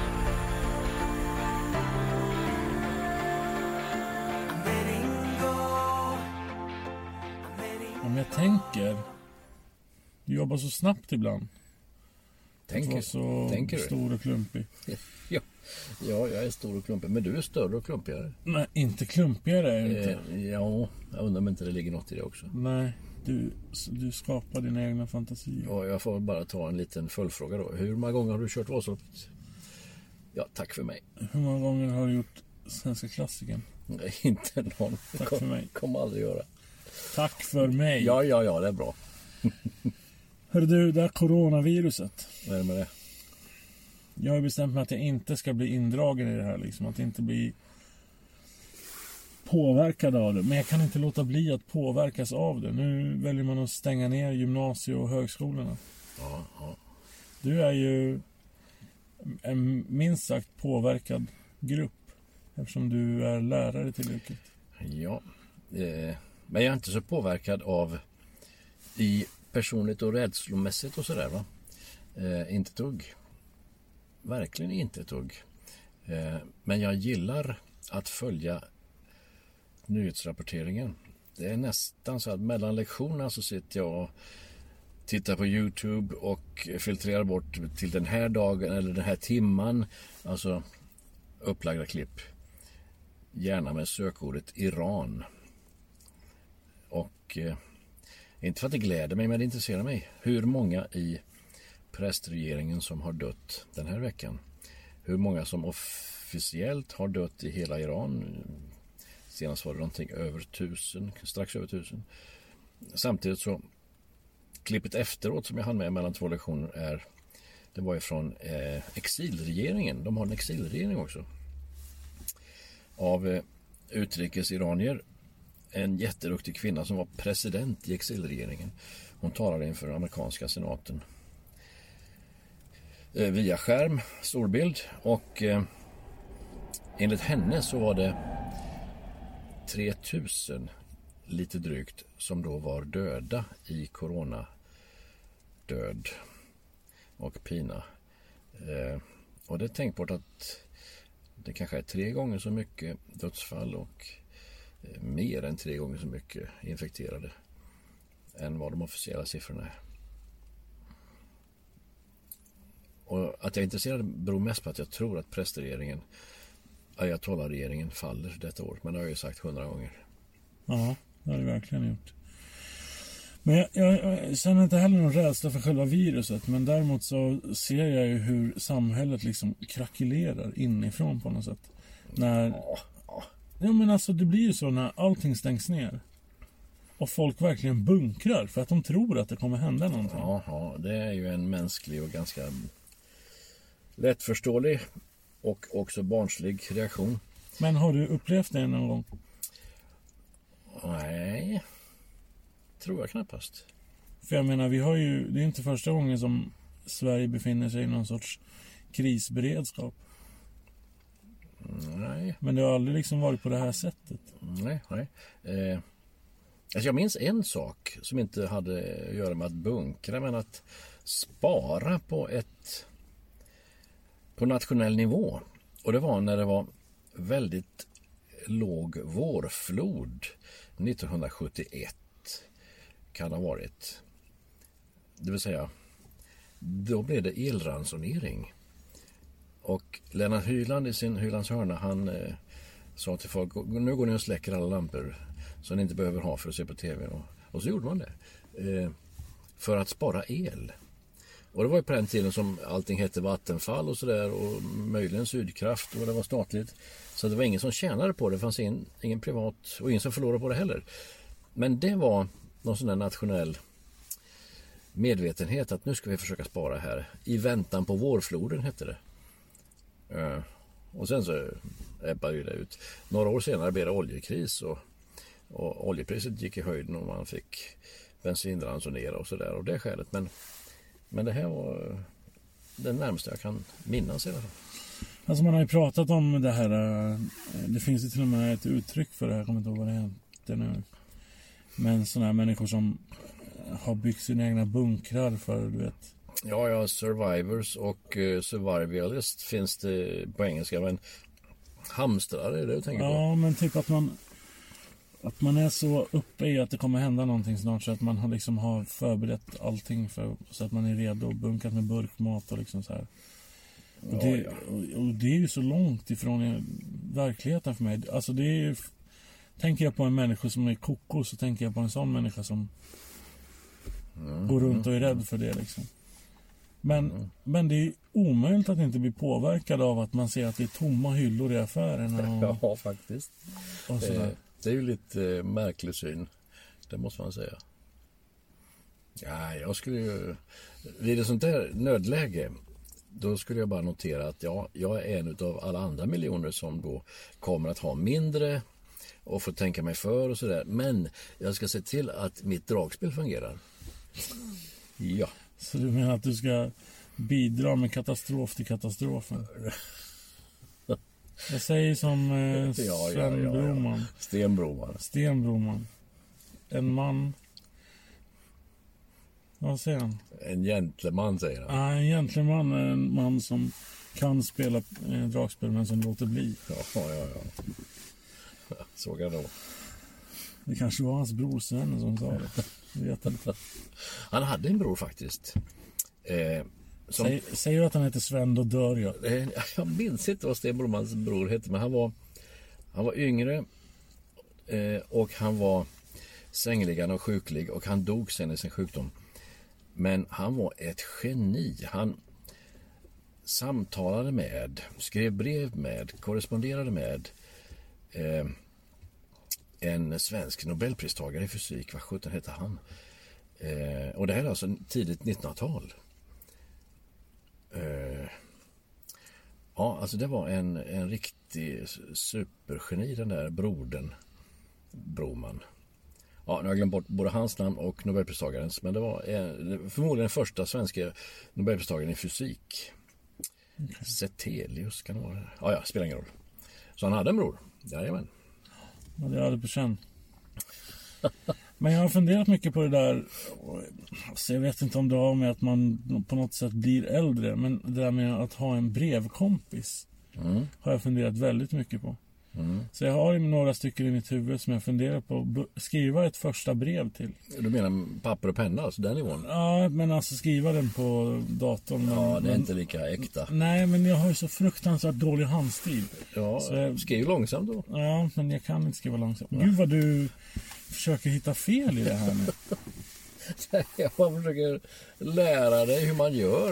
I'm letting go. Om jag tänker, du jobbar så snabbt ibland. Tänker så stor och klumpig. Ja, jag är stor och klumpig. Men du är större och klumpigare. Nej, inte klumpigare. Ja, jag undrar om inte det ligger något i det också. Nej, du skapar dina egna fantasier. Ja, jag får bara ta en liten följdfråga då. Hur många gånger har du kört Vasaloppet? Ja, tack för mig. Hur många gånger har du gjort Svenska klassiken? Nej, inte någon. Tack för mig. Kommer aldrig göra. Tack för mig. Ja, det är bra. Hör du, det här coronaviruset. Vad är det med det? Jag har bestämt mig att jag inte ska bli indragen i det här. Liksom, att inte bli påverkad av det. Men jag kan inte låta bli att påverkas av det. Nu väljer man att stänga ner gymnasie- och högskolorna. Ja. Du är ju en minst sagt påverkad grupp. Eftersom du är lärare till yrket. Ja, men jag är inte så påverkad av i personligt och rädslomässigt och sådär va. Inte tugg. Verkligen inte tugg. Men jag gillar att följa nyhetsrapporteringen. Det är nästan så att mellan lektionerna så sitter jag och tittar på YouTube och filtrerar bort till den här dagen eller den här timman. Alltså upplagda klipp. Gärna med sökordet Iran. Och inte för att det gläder mig, men det intresserar mig. Hur många i prästregeringen som har dött den här veckan. Hur många som officiellt har dött i hela Iran. Senast var det någonting över 1000, strax över 1000. Samtidigt så, klippet efteråt som jag hann med mellan 2 lektioner det var ju från exilregeringen. De har en exilregering också. Av utrikesiranier, en jätteduktig kvinna som var president i exilregeringen. Hon talade inför amerikanska senaten via skärm, storbild, och enligt henne så var det 3000 lite drygt som då var döda i coronadöd och pina. Och det är tänkbart att det kanske är 3 gånger så mycket dödsfall och mer än 3 gånger så mycket infekterade än vad de officiella siffrorna är. Och att jag är intresserad beror mest på att jag tror att prästregeringen, ayatollah-regeringen, faller detta år. Men det har jag ju sagt 100 gånger. Ja, det har det verkligen gjort. Men jag känner inte heller någon rädsla för själva viruset. Men däremot så ser jag ju hur samhället liksom krackelerar inifrån på något sätt. Ja, men alltså det blir ju så när allting stängs ner. Och folk verkligen bunkrar för att de tror att det kommer hända någonting. Ja, det är ju en mänsklig och ganska lättförståelig och också barnslig reaktion. Men har du upplevt det någon gång? Nej, tror jag knappast. För jag menar, det är inte första gången som Sverige befinner sig i någon sorts krisberedskap. Nej. Men det har aldrig liksom varit på det här sättet. Nej. Alltså jag minns en sak som inte hade att göra med att bunkra, men att spara på nationell nivå. Och det var när det var väldigt låg vårflod 1971 kan ha varit. Det vill säga, då blev det elransonering. Och Lennart Hyland i sin Hylands hörna, han sa till folk, nu går ni och släcker alla lampor som ni inte behöver ha för att se på tv. Och så gjorde man det. För att spara el. Och det var ju på den tiden som allting hette Vattenfall och sådär, och möjligen Sydkraft, och det var statligt. Så det var ingen som tjänade på det. Det fanns ingen privat, och ingen som förlorade på det heller. Men det var någon sån där nationell medvetenhet att nu ska vi försöka spara här. I väntan på vårfloden hette det. Och sen så ebbade ju det ut. Några år senare blev det oljekris och oljepriset gick i höjden och man fick bensinransonera och sådär, och det skälet. Men det här var det närmaste jag kan minnas i alla fall. Alltså man har ju pratat om det här, det finns ju till och med ett uttryck för det här, jag kommer inte ihåg vad det heter nu. Men sådana här människor som har byggt sina egna bunkrar för, du vet. Ja, survivors och survivalist finns det på engelska, men hamstrar är det du tänker på? Ja, men typ att man är så uppe i att det kommer hända någonting snart, så att man har liksom har förberett allting så att man är redo och bunkat med burkmat och liksom så här. Och det är ju så långt ifrån verkligheten för mig. Alltså det är ju, tänker jag på en människa som är koko, så tänker jag på en sån människa som går runt och är rädd för det liksom. Men det är omöjligt att inte bli påverkad av att man ser att det är tomma hyllor i affärerna. Ja, faktiskt. Och det är ju lite märklig syn, det måste man säga. Ja, jag skulle ju... Vid ett sånt där nödläge, då skulle jag bara notera att jag är en av alla andra miljoner som då kommer att ha mindre och få tänka mig för och sådär. Men jag ska se till att mitt dragspel fungerar. Ja. Så du menar att du ska bidra med katastrof till katastrofen? Jag säger som Sven Broman. Sten Broman. En man... Vad säger han? En gentleman, säger han. En gentleman är en man som kan spela dragspel men som låter bli. Ja. Såg jag då. Det kanske var hans brorsvän som sa det. Jag vet inte. Han hade en bror faktiskt. Säger du att han heter Sven, då dör jag. Jag minns inte vad Sten Bromans bror hette, men han var yngre och han var sängliggande och sjuklig och han dog sen i sin sjukdom. Men han var ett geni. Han samtalade med, skrev brev med, korresponderade med en svensk nobelpristagare i fysik. Vad 17 hette han? Och det här är alltså tidigt 1900-tal. Ja, alltså det var en riktig supergeni, den där brodern Broman. Ja, nu har jag glömt bort både hans namn och nobelpristagarens, men det var förmodligen den första svenska nobelpristagaren i fysik. Okay. Setelius kan det vara. Ja, spelar ingen roll. Så han hade en bror. Jajamän. Ja, det hade på känn. Men jag har funderat mycket på det där. Så jag vet inte om det har med att man på något sätt blir äldre, men det där med att ha en brevkompis har jag funderat väldigt mycket på. Så jag har några stycken i mitt huvud som jag funderar på att skriva ett första brev till. Du menar papper och penna, alltså den nivån? Ja, men alltså skriva den på datorn. Ja, det är inte lika äkta. Nej, men jag har ju så fruktansvärt dålig handstil. Ja, skriv långsamt då. Ja, men jag kan inte skriva långsamt. Gud vad du försöker hitta fel i det här nu. Jag försöker lära dig hur man gör.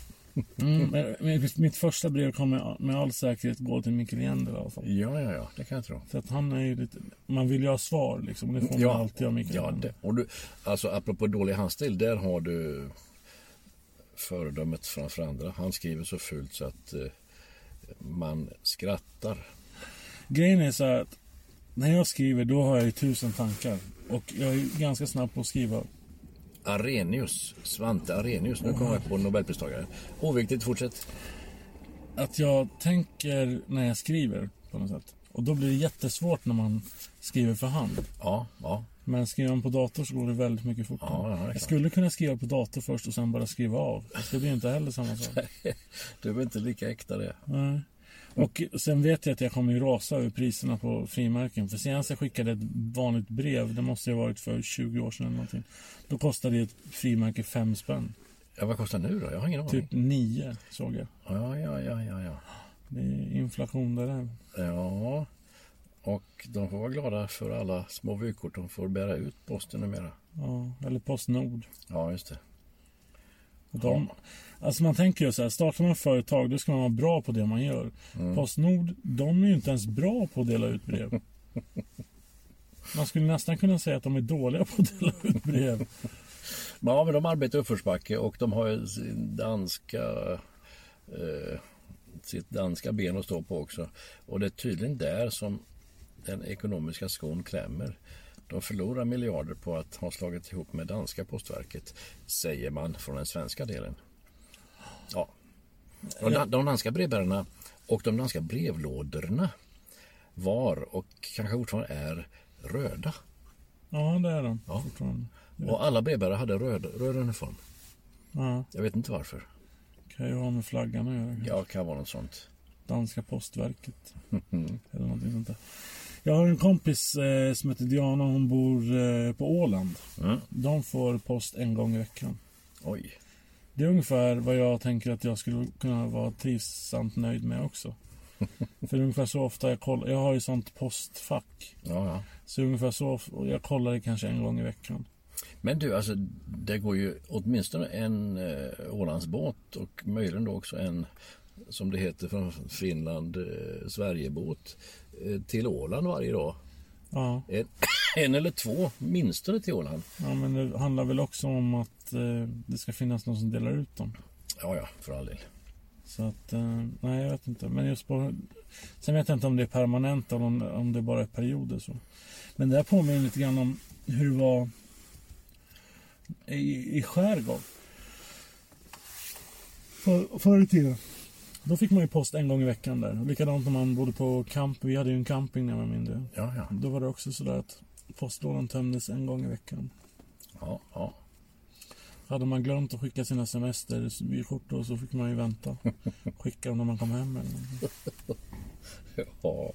Mitt första brev kommer med all säkerhet gå till Michelangelo i alla fall. Ja, det kan jag tro. Så att han är ju lite... Man vill ju ha svar liksom. Det får man alltid av Michelangelo. Ja, och du, alltså apropå dålig handstil, där har du föredömet framför andra. Han skriver så fult så att man skrattar. Grejen är så här att när jag skriver, då har jag ju 1000 tankar. Och jag är ganska snabb på att skriva. Svante Arrhenius, nu kommer jag på nobelpristagare. Oviktigt, fortsätt. Att jag tänker när jag skriver på något sätt. Och då blir det jättesvårt när man skriver för hand. Ja. Men skriver man på dator så går det väldigt mycket fortare. Ja, jag skulle kunna skriva på dator först och sen bara skriva av. Det blir inte heller samma sak. Du är inte lika äkta det. Nej. Och sen vet jag att jag kommer ju rasa över priserna på frimärken. För senast jag skickade ett vanligt brev, det måste ju ha varit för 20 år sedan eller någonting. Då kostade ett frimärke 5 spänn. Ja, vad kostar nu då? Jag har ingen aning. Typ 9 såg jag. Ja. Det är inflation där. Ja, och de får vara glada för alla små vykort de får bära ut posten numera. Ja, eller Postnord. Ja, just det. Alltså man tänker ju så här, startar man företag, då ska man vara bra på det man gör. Postnord, de är ju inte ens bra på att dela ut brev. Man skulle nästan kunna säga att de är dåliga på att dela ut brev. Ja, men de arbetar i uppförsbacke och de har ju sitt danska ben att stå på också. Och det är tydligen där som den ekonomiska skon klämmer. De förlorar miljarder på att ha slagit ihop med danska postverket, säger man från den svenska delen. Ja. De danska brevbärarna och de danska brevlådorna var och kanske fortfarande är röda. Ja, det är de fortfarande. Och alla brevbärare hade röd uniform. Ja. Jag vet inte varför. Kan ju ha med flaggan att göra. Ja, kan vara något sånt. Danska postverket. Eller någonting sånt där. Jag har en kompis som heter Diana, hon bor på Åland. De får post en gång i veckan. Oj. Det är ungefär vad jag tänker att jag skulle kunna vara trivsamt nöjd med också. För ungefär så ofta jag kollar, jag har ju sånt postfack. Ja. Så ungefär så, jag kollar det kanske en gång i veckan. Men du, alltså det går ju åtminstone en Ålandsbåt och möjligen då också en, som det heter från Finland, Sverigebåt till Åland varje dag. Ja. En eller två minst till Åland. Ja, men det handlar väl också om att det ska finnas någon som delar ut dem. Ja, för all del. Så att, nej jag vet inte. Men just på, sen vet jag inte om det är permanent eller om det bara är perioder så. Men det här påminner lite grann om hur det var i skärgård. Förr i tiden. Då fick man ju post en gång i veckan där. Och likadant när man bodde på camp. Vi hade ju en camping när jag var mindre. Ja. Då var det också sådär att postlådan tömdes en gång i veckan. Ja. Hade man glömt att skicka sina semestervykort så fick man ju vänta. Skicka dem när man kom hem eller någonting. Ja.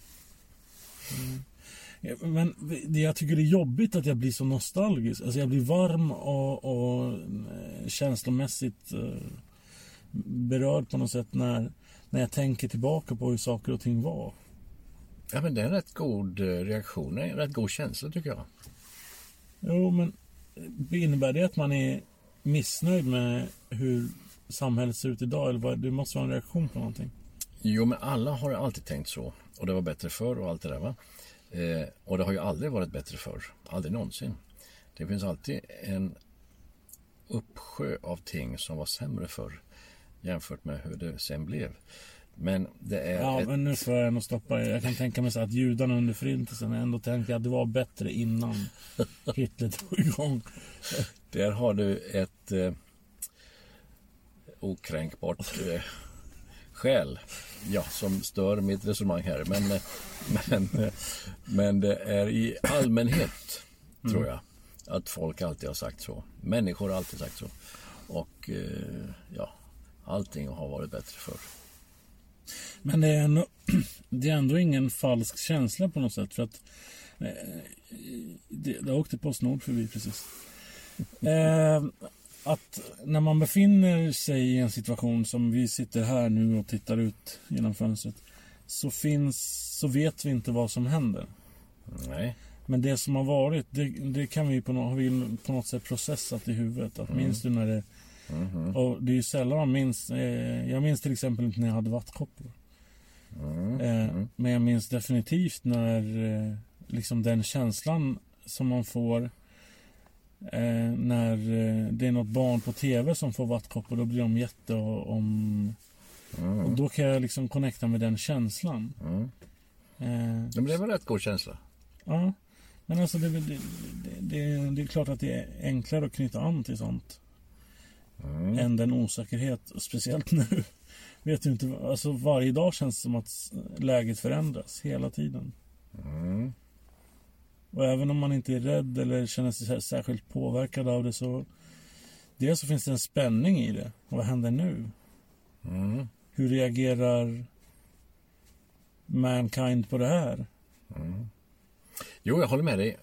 Men jag tycker det är jobbigt att jag blir så nostalgisk. Alltså jag blir varm och känslomässigt berörd på något sätt när jag tänker tillbaka på hur saker och ting var. Ja, men det är en rätt god reaktion. En rätt god känsla tycker jag. Jo, men innebär det att man är missnöjd med hur samhället ser ut idag? Eller det måste vara en reaktion på någonting? Jo, men alla har ju alltid tänkt så. Och det var bättre förr och allt det där, va? Och det har ju aldrig varit bättre förr. Aldrig någonsin. Det finns alltid en uppsjö av ting som var sämre förr jämfört med hur det sen blev. Men det är... Ja, men nu får jag nog stoppa. Jag kan tänka mig så att judarna under förintelsen ändå tänkte att det var bättre innan Hitler tog igång. Där har du ett okränkbart skäl som stör mitt resonemang här. Men det är i allmänhet, tror jag, att folk alltid har sagt så. Människor har alltid sagt så. Och allting har varit bättre förr. Men det är ändå ingen falsk känsla på något sätt. För att det åkte PostNord förbi precis. Att när man befinner sig i en situation som vi sitter här nu och tittar ut genom fönstret, så vet vi inte vad som händer. Nej. Men det som har varit, det kan vi på något sätt processat i huvudet. Att minns du när det... Och det är ju sällan man minns... jag minns till exempel inte när jag hade vattkoppor. Men jag minns definitivt när liksom den känslan som man får när det är något barn på tv som får vattkoppor, då blir de och då kan jag liksom connecta med den känslan. Men det var rätt god känsla. Ja, men alltså det är klart att det är enklare att knyta an till sånt än den osäkerhet, speciellt nu. Vet du inte, alltså varje dag känns det som att läget förändras hela tiden. Och även om man inte är rädd eller känner sig särskilt påverkad av det, så finns det en spänning i det. Och vad händer nu? Hur reagerar mankind på det här? Jo, jag håller med dig.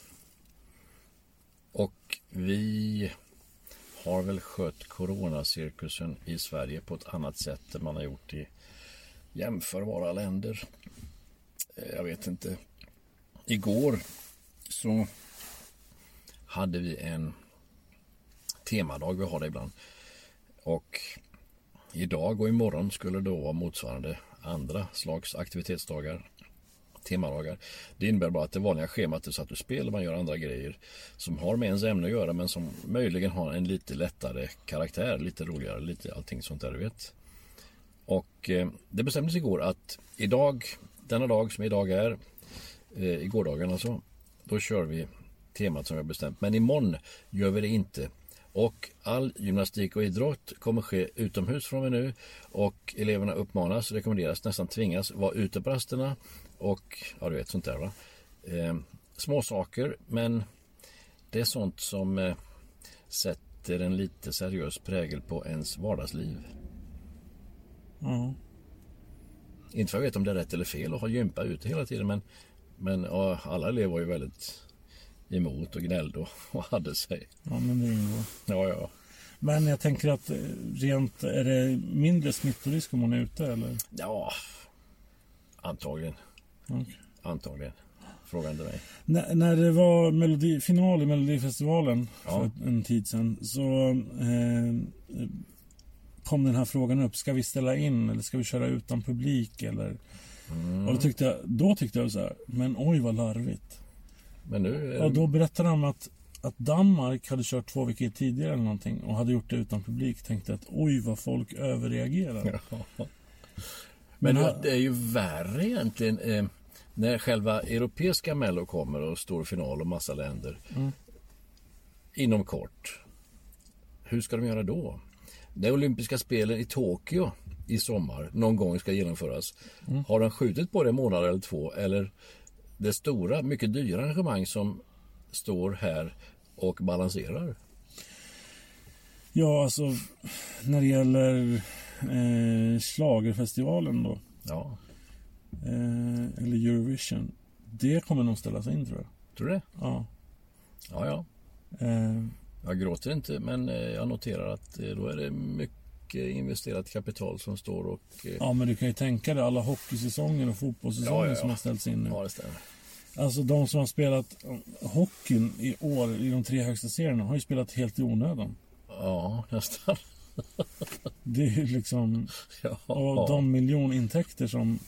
Och vi har väl skött coronacirkusen i Sverige på ett annat sätt än man har gjort i jämförbara länder. Jag vet inte. Igår så hade vi en temadag, vi har det ibland. Och idag och imorgon skulle det då vara motsvarande andra slags aktivitetsdagar, temadagar. Det innebär bara att det vanliga schemat är så att du spelar, man gör andra grejer som har med ens ämne att göra, men som möjligen har en lite lättare karaktär, lite roligare, lite allting sånt där, du vet. Och det bestämdes igår att idag, denna dag som idag är, i gårdagen alltså, då kör vi temat som vi har bestämt. Men imorgon gör vi det inte. Och all gymnastik och idrott kommer ske utomhus från och med nu. Och eleverna uppmanas, rekommenderas, nästan tvingas vara ute på rasterna. Och ja, du vet sånt där, va. Små saker, men det är sånt som sätter en lite seriös prägel på ens vardagsliv. Inte för att jag vet om det är rätt eller fel att ha gympa ute hela tiden, men ja, alla elever var ju väldigt emot och gnällde och hade sig. Ja, men det ingår. Ja. Men jag tänker att rent, är det mindre smittorisk om man är ute, eller? Ja, antagligen. Okay. Antagligen. Frågan till mig. När det var final i Melodifestivalen för en tid sedan, så kom den här frågan upp. Ska vi ställa in eller ska vi köra utan publik? Eller? Och då tyckte jag så här, men oj vad larvigt. Men nu... Och då berättade de att Danmark hade kört 2 veckor tidigare eller någonting och hade gjort det utan publik. Tänkte att oj vad folk överreagerar. Ja. Men det är ju värre egentligen när själva europeiska Mello kommer och stor final och massa länder inom kort. Hur ska de göra då? När olympiska spelen i Tokyo i sommar någon gång ska genomföras, har de skjutit på det en månad eller 2, eller det stora, mycket dyra arrangemang som står här och balanserar? Ja, alltså när det gäller schlagerfestivalen då. Ja. Eller Eurovision. Det kommer nog ställas in, tror jag. Tror du det? Ja. Ja. Jag gråter inte, men jag noterar att då är det mycket investerat kapital som står och... Ja, men du kan ju tänka dig alla hockeysäsonger och fotbollssäsonger som har ställts in nu. Ja, det stämmer. Alltså de som har spelat hockeyn i år i de 3 högsta serierna har ju spelat helt i onödan. Ja, nästan. Det är ju liksom... Ja. Och de miljonintäkter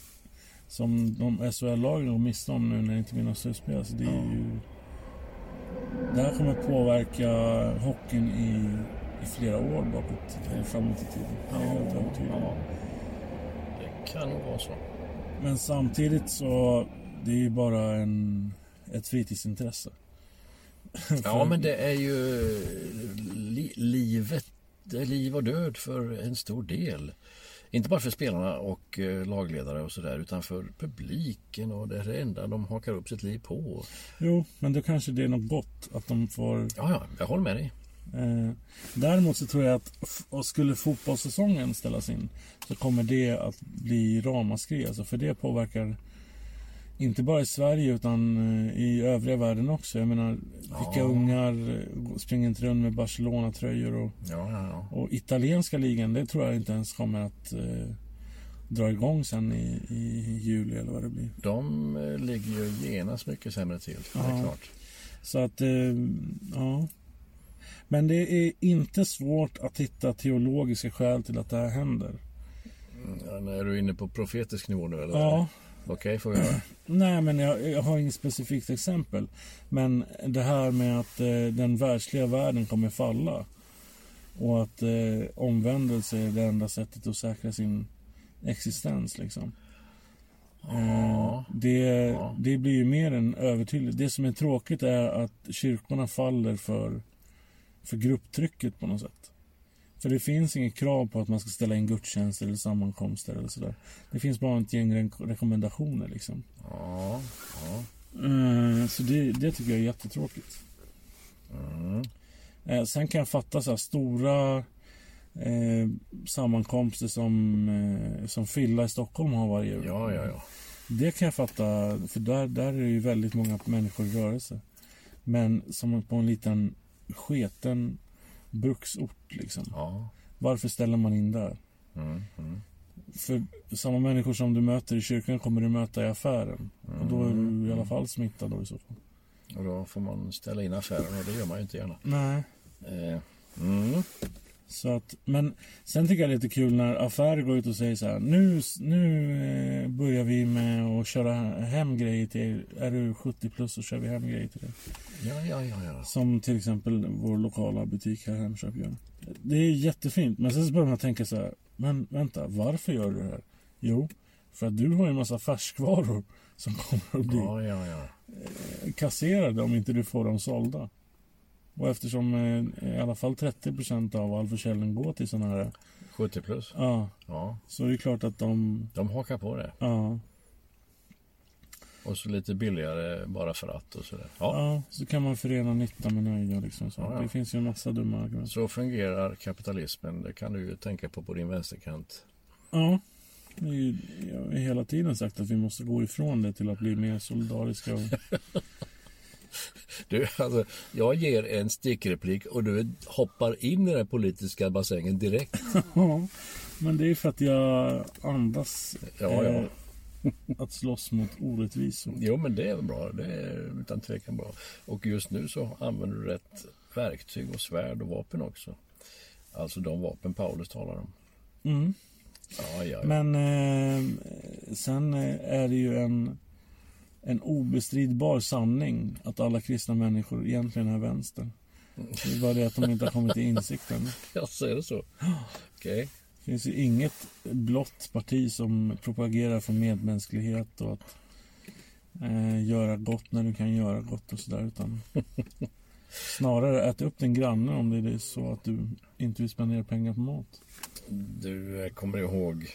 som de SHL-lagen går miste om nu när det inte blir något slutspel. Alltså det är ju... Det här kommer påverka hockeyn i flera år bakåt eller framåt i tiden. Jag är helt övertygad. Ja. Det kan nog vara så. Men samtidigt så det är ju bara ett fritidsintresse. Ja, men det är ju livet. Det är liv och död för en stor del. Inte bara för spelarna och lagledare och sådär, utan för publiken, och det är det enda de hakar upp sitt liv på. Jo, men då kanske det är något gott att de får... Ja, jag håller med dig. Däremot så tror jag att skulle fotbollssäsongen ställas in så kommer det att bli ramaskri. Alltså, för det påverkar inte bara i Sverige utan i övriga världen också. Jag menar, vilka ungar springer inte runt med Barcelona-tröjor och italienska ligan, det tror jag inte ens kommer att dra igång sen i juli eller vad det blir. De ligger ju genast mycket sämre till, det är klart. Så att, ja. Men det är inte svårt att hitta teologiska skäl till att det här händer. Är du inne på profetisk nivå nu, eller? Ja. Okej, får vi höra. Nej, men jag har inget specifikt exempel. Men det här med att den världsliga världen kommer falla och att omvändelse är det enda sättet att säkra sin existens liksom. Det blir ju mer än övertydligt. Det som är tråkigt är att kyrkorna faller för grupptrycket på något sätt. För det finns inget krav på att man ska ställa in gudstjänst eller sammankomster eller sådär. Det finns bara ett gäng rekommendationer liksom. Så det tycker jag är jättetråkigt. Sen kan jag fatta så här stora sammankomster som Fylla i Stockholm har varje år. Ja. Det kan jag fatta, för där är det ju väldigt många människor i rörelse. Men som på en liten sketen bruksort liksom. Ja. Varför ställer man in där? För samma människor som du möter i kyrkan kommer du möta i affären. Och då är du i alla fall smittad då i så fall. Och då får man ställa in affären, och det gör man ju inte gärna. Nej. Så att, men sen tycker jag det är lite kul när affärer går ut och säger så här: nu börjar vi med att köra hem grejer till, är du 70 plus så kör vi hem grejer till dig. Ja. Som till exempel vår lokala butik här, Hemköp gör. Det är jättefint, men sen så börjar man tänka så här: men vänta, varför gör du det här? Jo, för att du har en massa färskvaror som kommer att bli kasserade om inte du får dem sålda. Och eftersom i alla fall 30% av all försäljning går till sådana här 70 plus. Ja. Så är det klart att de hakar på det. Ja. Och så lite billigare bara för att och sådär. Ja, så kan man förena nytta med nöje liksom så. Det finns ju en massa dumma argument. Så fungerar kapitalismen. Det kan du ju tänka på din vänsterkant. Ja. Jag har hela tiden sagt att vi måste gå ifrån det till att bli mer solidariska och... Du, alltså, jag ger en stickreplik och du hoppar in i den politiska bassängen direkt. Ja, men det är för att jag andas att slåss mot orättvisor. Jo, men det är bra. Det är utan tvekan bra. Och just nu så använder du rätt verktyg och svärd och vapen också. Alltså de vapen Paulus talar om. Ja. Men sen är det ju en obestridbar sanning att alla kristna människor egentligen är vänster. Det är bara det att de inte har kommit till insikten. Ja, så är det så. Okej. Det finns ju inget blått parti som propagerar för medmänsklighet och att göra gott när du kan göra gott och sådär, utan snarare äta upp din granne om det är så att du inte vill spendera pengar på mat. Du kommer ihåg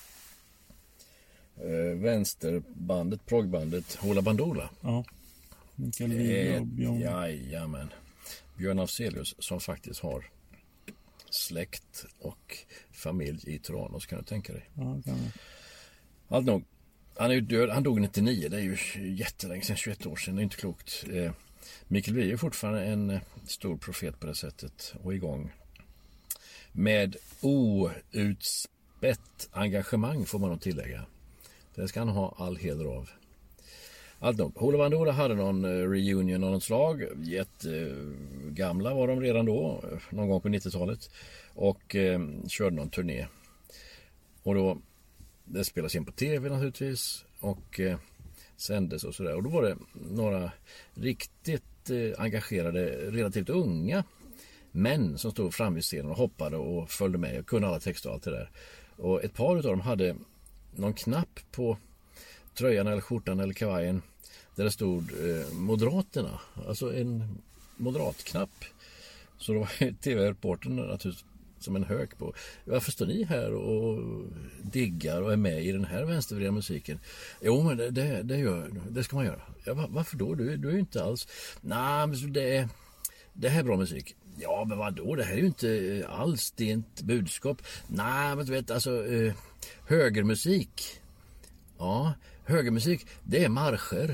vänsterbandet, proggbandet Hoola Bandoola? Ja. Mikael Wiehe och Björn. Jajamän. Björn Afzelius som faktiskt har släkt och familj i Tranås, kan du tänka dig? Ja, kan jag. Allt nog. Han är ju död, han dog 99, det är ju jättelänge sedan, 21 år sedan, det är inte klokt. Mikael Wiehe är fortfarande en stor profet på det sättet och igång. Med outspätt engagemang får man nog tillägga. Det ska han ha all heder av. Allt nog. Hoola Bandoola hade någon reunion av något slag. Jättegamla var de redan då, någon gång på 90-talet. Och körde någon turné. Och då, det spelas in på tv naturligtvis. Och sändes och sådär. Och då var det några riktigt engagerade, relativt unga män som stod fram vid scenen och hoppade och följde med och kunde alla texter och allt det där. Och ett par av dem hade någon knapp på tröjan eller skjortan eller kavajen där det stod Moderaterna, alltså en moderatknapp. Så då var tv-reportern naturligtvis som en hök på: varför står ni här och diggar och är med i den här vänstervridna musiken? Jo, men det ska man göra. Ja, varför då? Du är ju inte alls... Nej, men det här är bra musik. Ja, men vadå? Det här är ju inte alls dint budskap. Nej, men du vet, alltså högermusik. Ja, högermusik, det är marscher.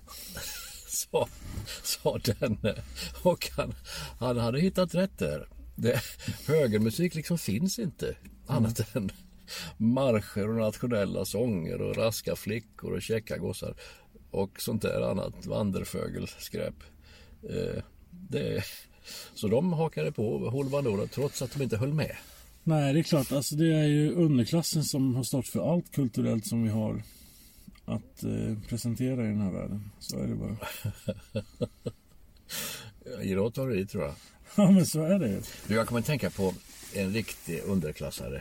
sa denne. Och han hade hittat rätt där. Högermusik liksom finns inte annat än marscher och nationella sånger och raska flickor och käcka gossar och sånt där annat vanderfögelskräp. Så de hakade på Hoola Bandoola trots att de inte höll med. Nej, det är klart. Alltså det är ju underklassen som har stått för allt kulturellt som vi har att presentera i den här världen. Så är det bara. Idag tar det i, tror jag. Ja, men så är det ju. Jag kommer att tänka på en riktig underklassare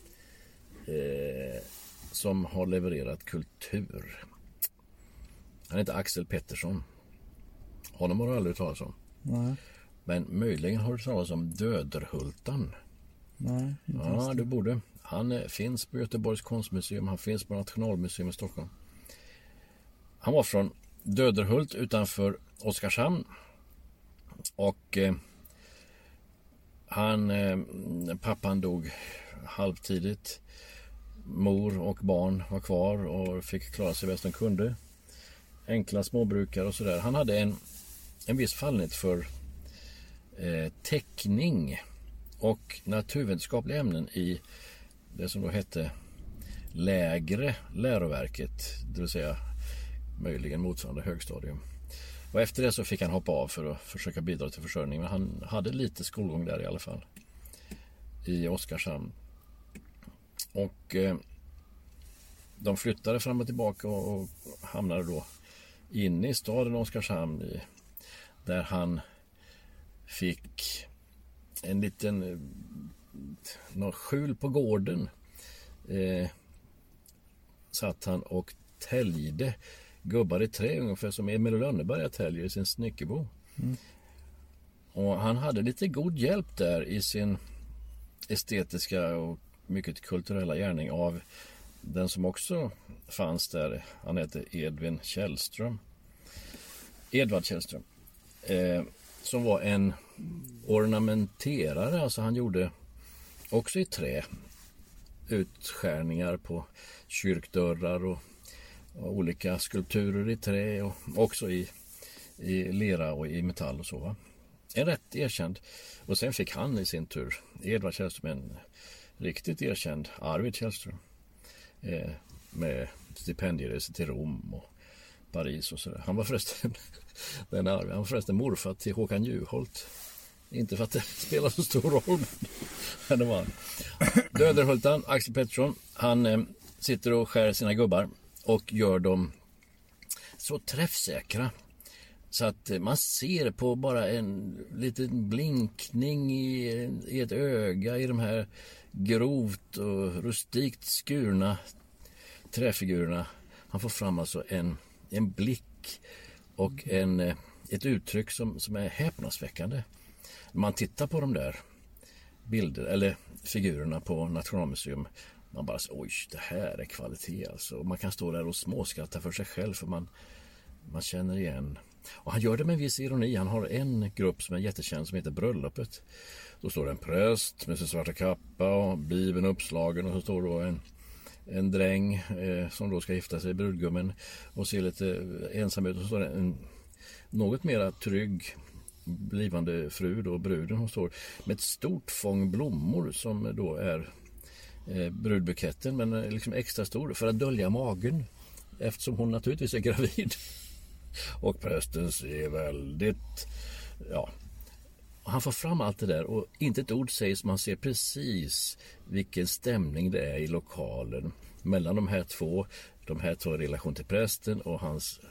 som har levererat kultur. Han heter Axel Pettersson. Honom har du aldrig talat om. Nej. Men möjligen har du talat om Döderhultan. Nej, inte ja, du borde. Han finns på Göteborgs konstmuseum. Han finns på Nationalmuseum i Stockholm. Han var från Döderhult utanför Oskarshamn. Och pappan dog halvtidigt. Mor och barn var kvar och fick klara sig bäst de kunde. Enkla småbrukare och sådär. Han hade en viss fallenhet för teckning och naturvetenskapliga ämnen i det som då hette lägre läroverket, det vill säga möjligen motsvarande högstadium. Och efter det så fick han hoppa av för att försöka bidra till försörjning, men han hade lite skolgång där i alla fall i Oskarshamn. Och de flyttade fram och tillbaka och hamnade då inne i staden Oskarshamn där han fick en liten någon skjul på gården. Satt han och täljde gubbar i trä ungefär som Emil Lönneberg täljer i sin snickerbo. Och han hade lite god hjälp där i sin estetiska och mycket kulturella gärning av den som också fanns där. Han heter Edvard Källström. Som var en ornamenterare, alltså han gjorde också i trä utskärningar på kyrkdörrar och olika skulpturer i trä och också i lera och i metall och så, va? En rätt erkänd. Och sen fick han i sin tur Edvard Källström en riktigt erkänd Arvid Källström med stipendier till Rom och Paris och sådär. Han var förresten morfar till Håkan Juholt. Inte för att det spelar så stor roll, men det var han. Döderhultan, Axel Pettersson, han sitter och skär sina gubbar och gör dem så träffsäkra. Så att man ser på bara en liten blinkning i ett öga i de här grovt och rustikt skurna träfigurerna. Han får fram alltså en blick och ett uttryck som är häpnadsväckande. När man tittar på de där bilder eller figurerna på Nationalmuseum, man bara säger, oj, det här är kvalitet alltså. Och man kan stå där och småskratta för sig själv för man känner igen. Och han gör det med en viss ironi. Han har en grupp som är jättekänd som heter Bröllopet. Då står det en präst med sin svarta kappa och bibeln uppslagen, och så står då en dräng som då ska gifta sig, brudgummen, och ser lite ensam ut, och så står det en något mera trygg blivande fru då, bruden, hon står med ett stort fång blommor som då är brudbuketten, men liksom extra stor för att dölja magen eftersom hon naturligtvis är gravid. Och prästen ser väldigt, ja, han får fram allt det där och inte ett ord sägs, man ser precis vilken stämning det är i lokalen mellan de här två i relation till prästen och hans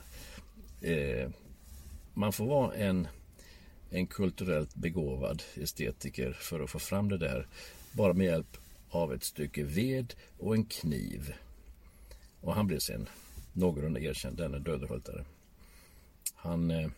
man får vara en kulturellt begåvad estetiker för att få fram det där, bara med hjälp av ett stycke ved och en kniv. Och han blev sen någorlunda erkänd, denne Döderhultare. Han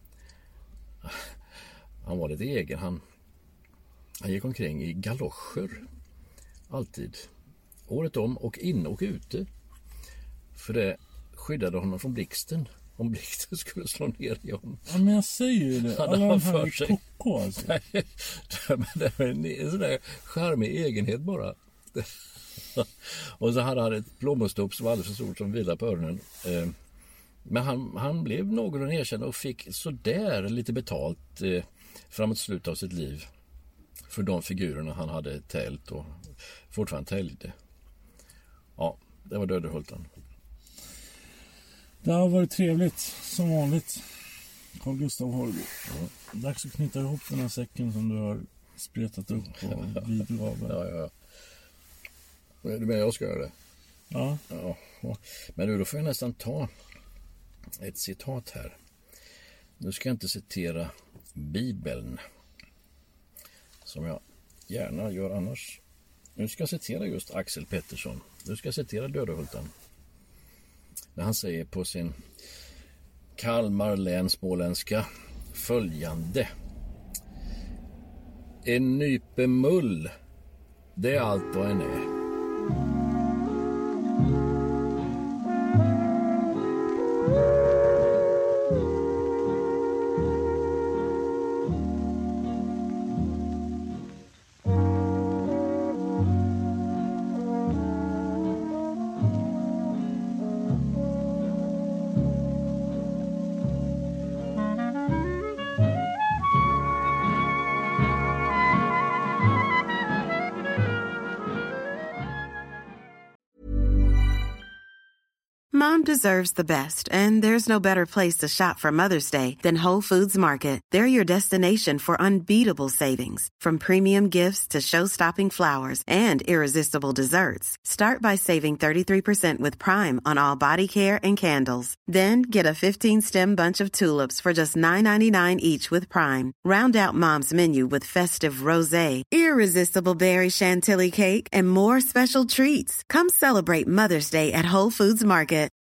var lite egen. Han gick omkring i galoscher alltid, året om, och inne och ute, för det skyddade honom från blixten om blixten skulle slå ner i honom. Ja, men jag säger ju det. Alla de här är koko alltså. Det är en sån där charmig egenhet bara. Och så hade han ett plommonstop som var alldeles för stort som vilade på öronen. Men han blev någon erkänd och fick så där lite betalt framåt slutet av sitt liv för de figurerna han hade tält och fortfarande täljde. Ja, det var Döderhultan. Det har varit trevligt som vanligt, Carl Gustav Horby. Ja. Dags att knyta ihop den här säcken som du har spretat upp och vidgav. Ja. Är du med, jag ska göra det? Ja. Men nu då får jag nästan ta ett citat här. Nu ska jag inte citera Bibeln som jag gärna gör annars. Nu ska jag citera just Axel Pettersson. Nu ska jag citera Döderhultan. När han säger på sin Kalmar läns småländska följande: en nype mull, det är allt vad en är. Mom deserves the best, and there's no better place to shop for Mother's Day than Whole Foods Market. They're your destination for unbeatable savings, from premium gifts to show-stopping flowers and irresistible desserts. Start by saving 33% with Prime on all body care and candles. Then get a 15-stem bunch of tulips for just $9.99 each with Prime. Round out Mom's menu with festive rosé, irresistible berry chantilly cake, and more special treats. Come celebrate Mother's Day at Whole Foods Market.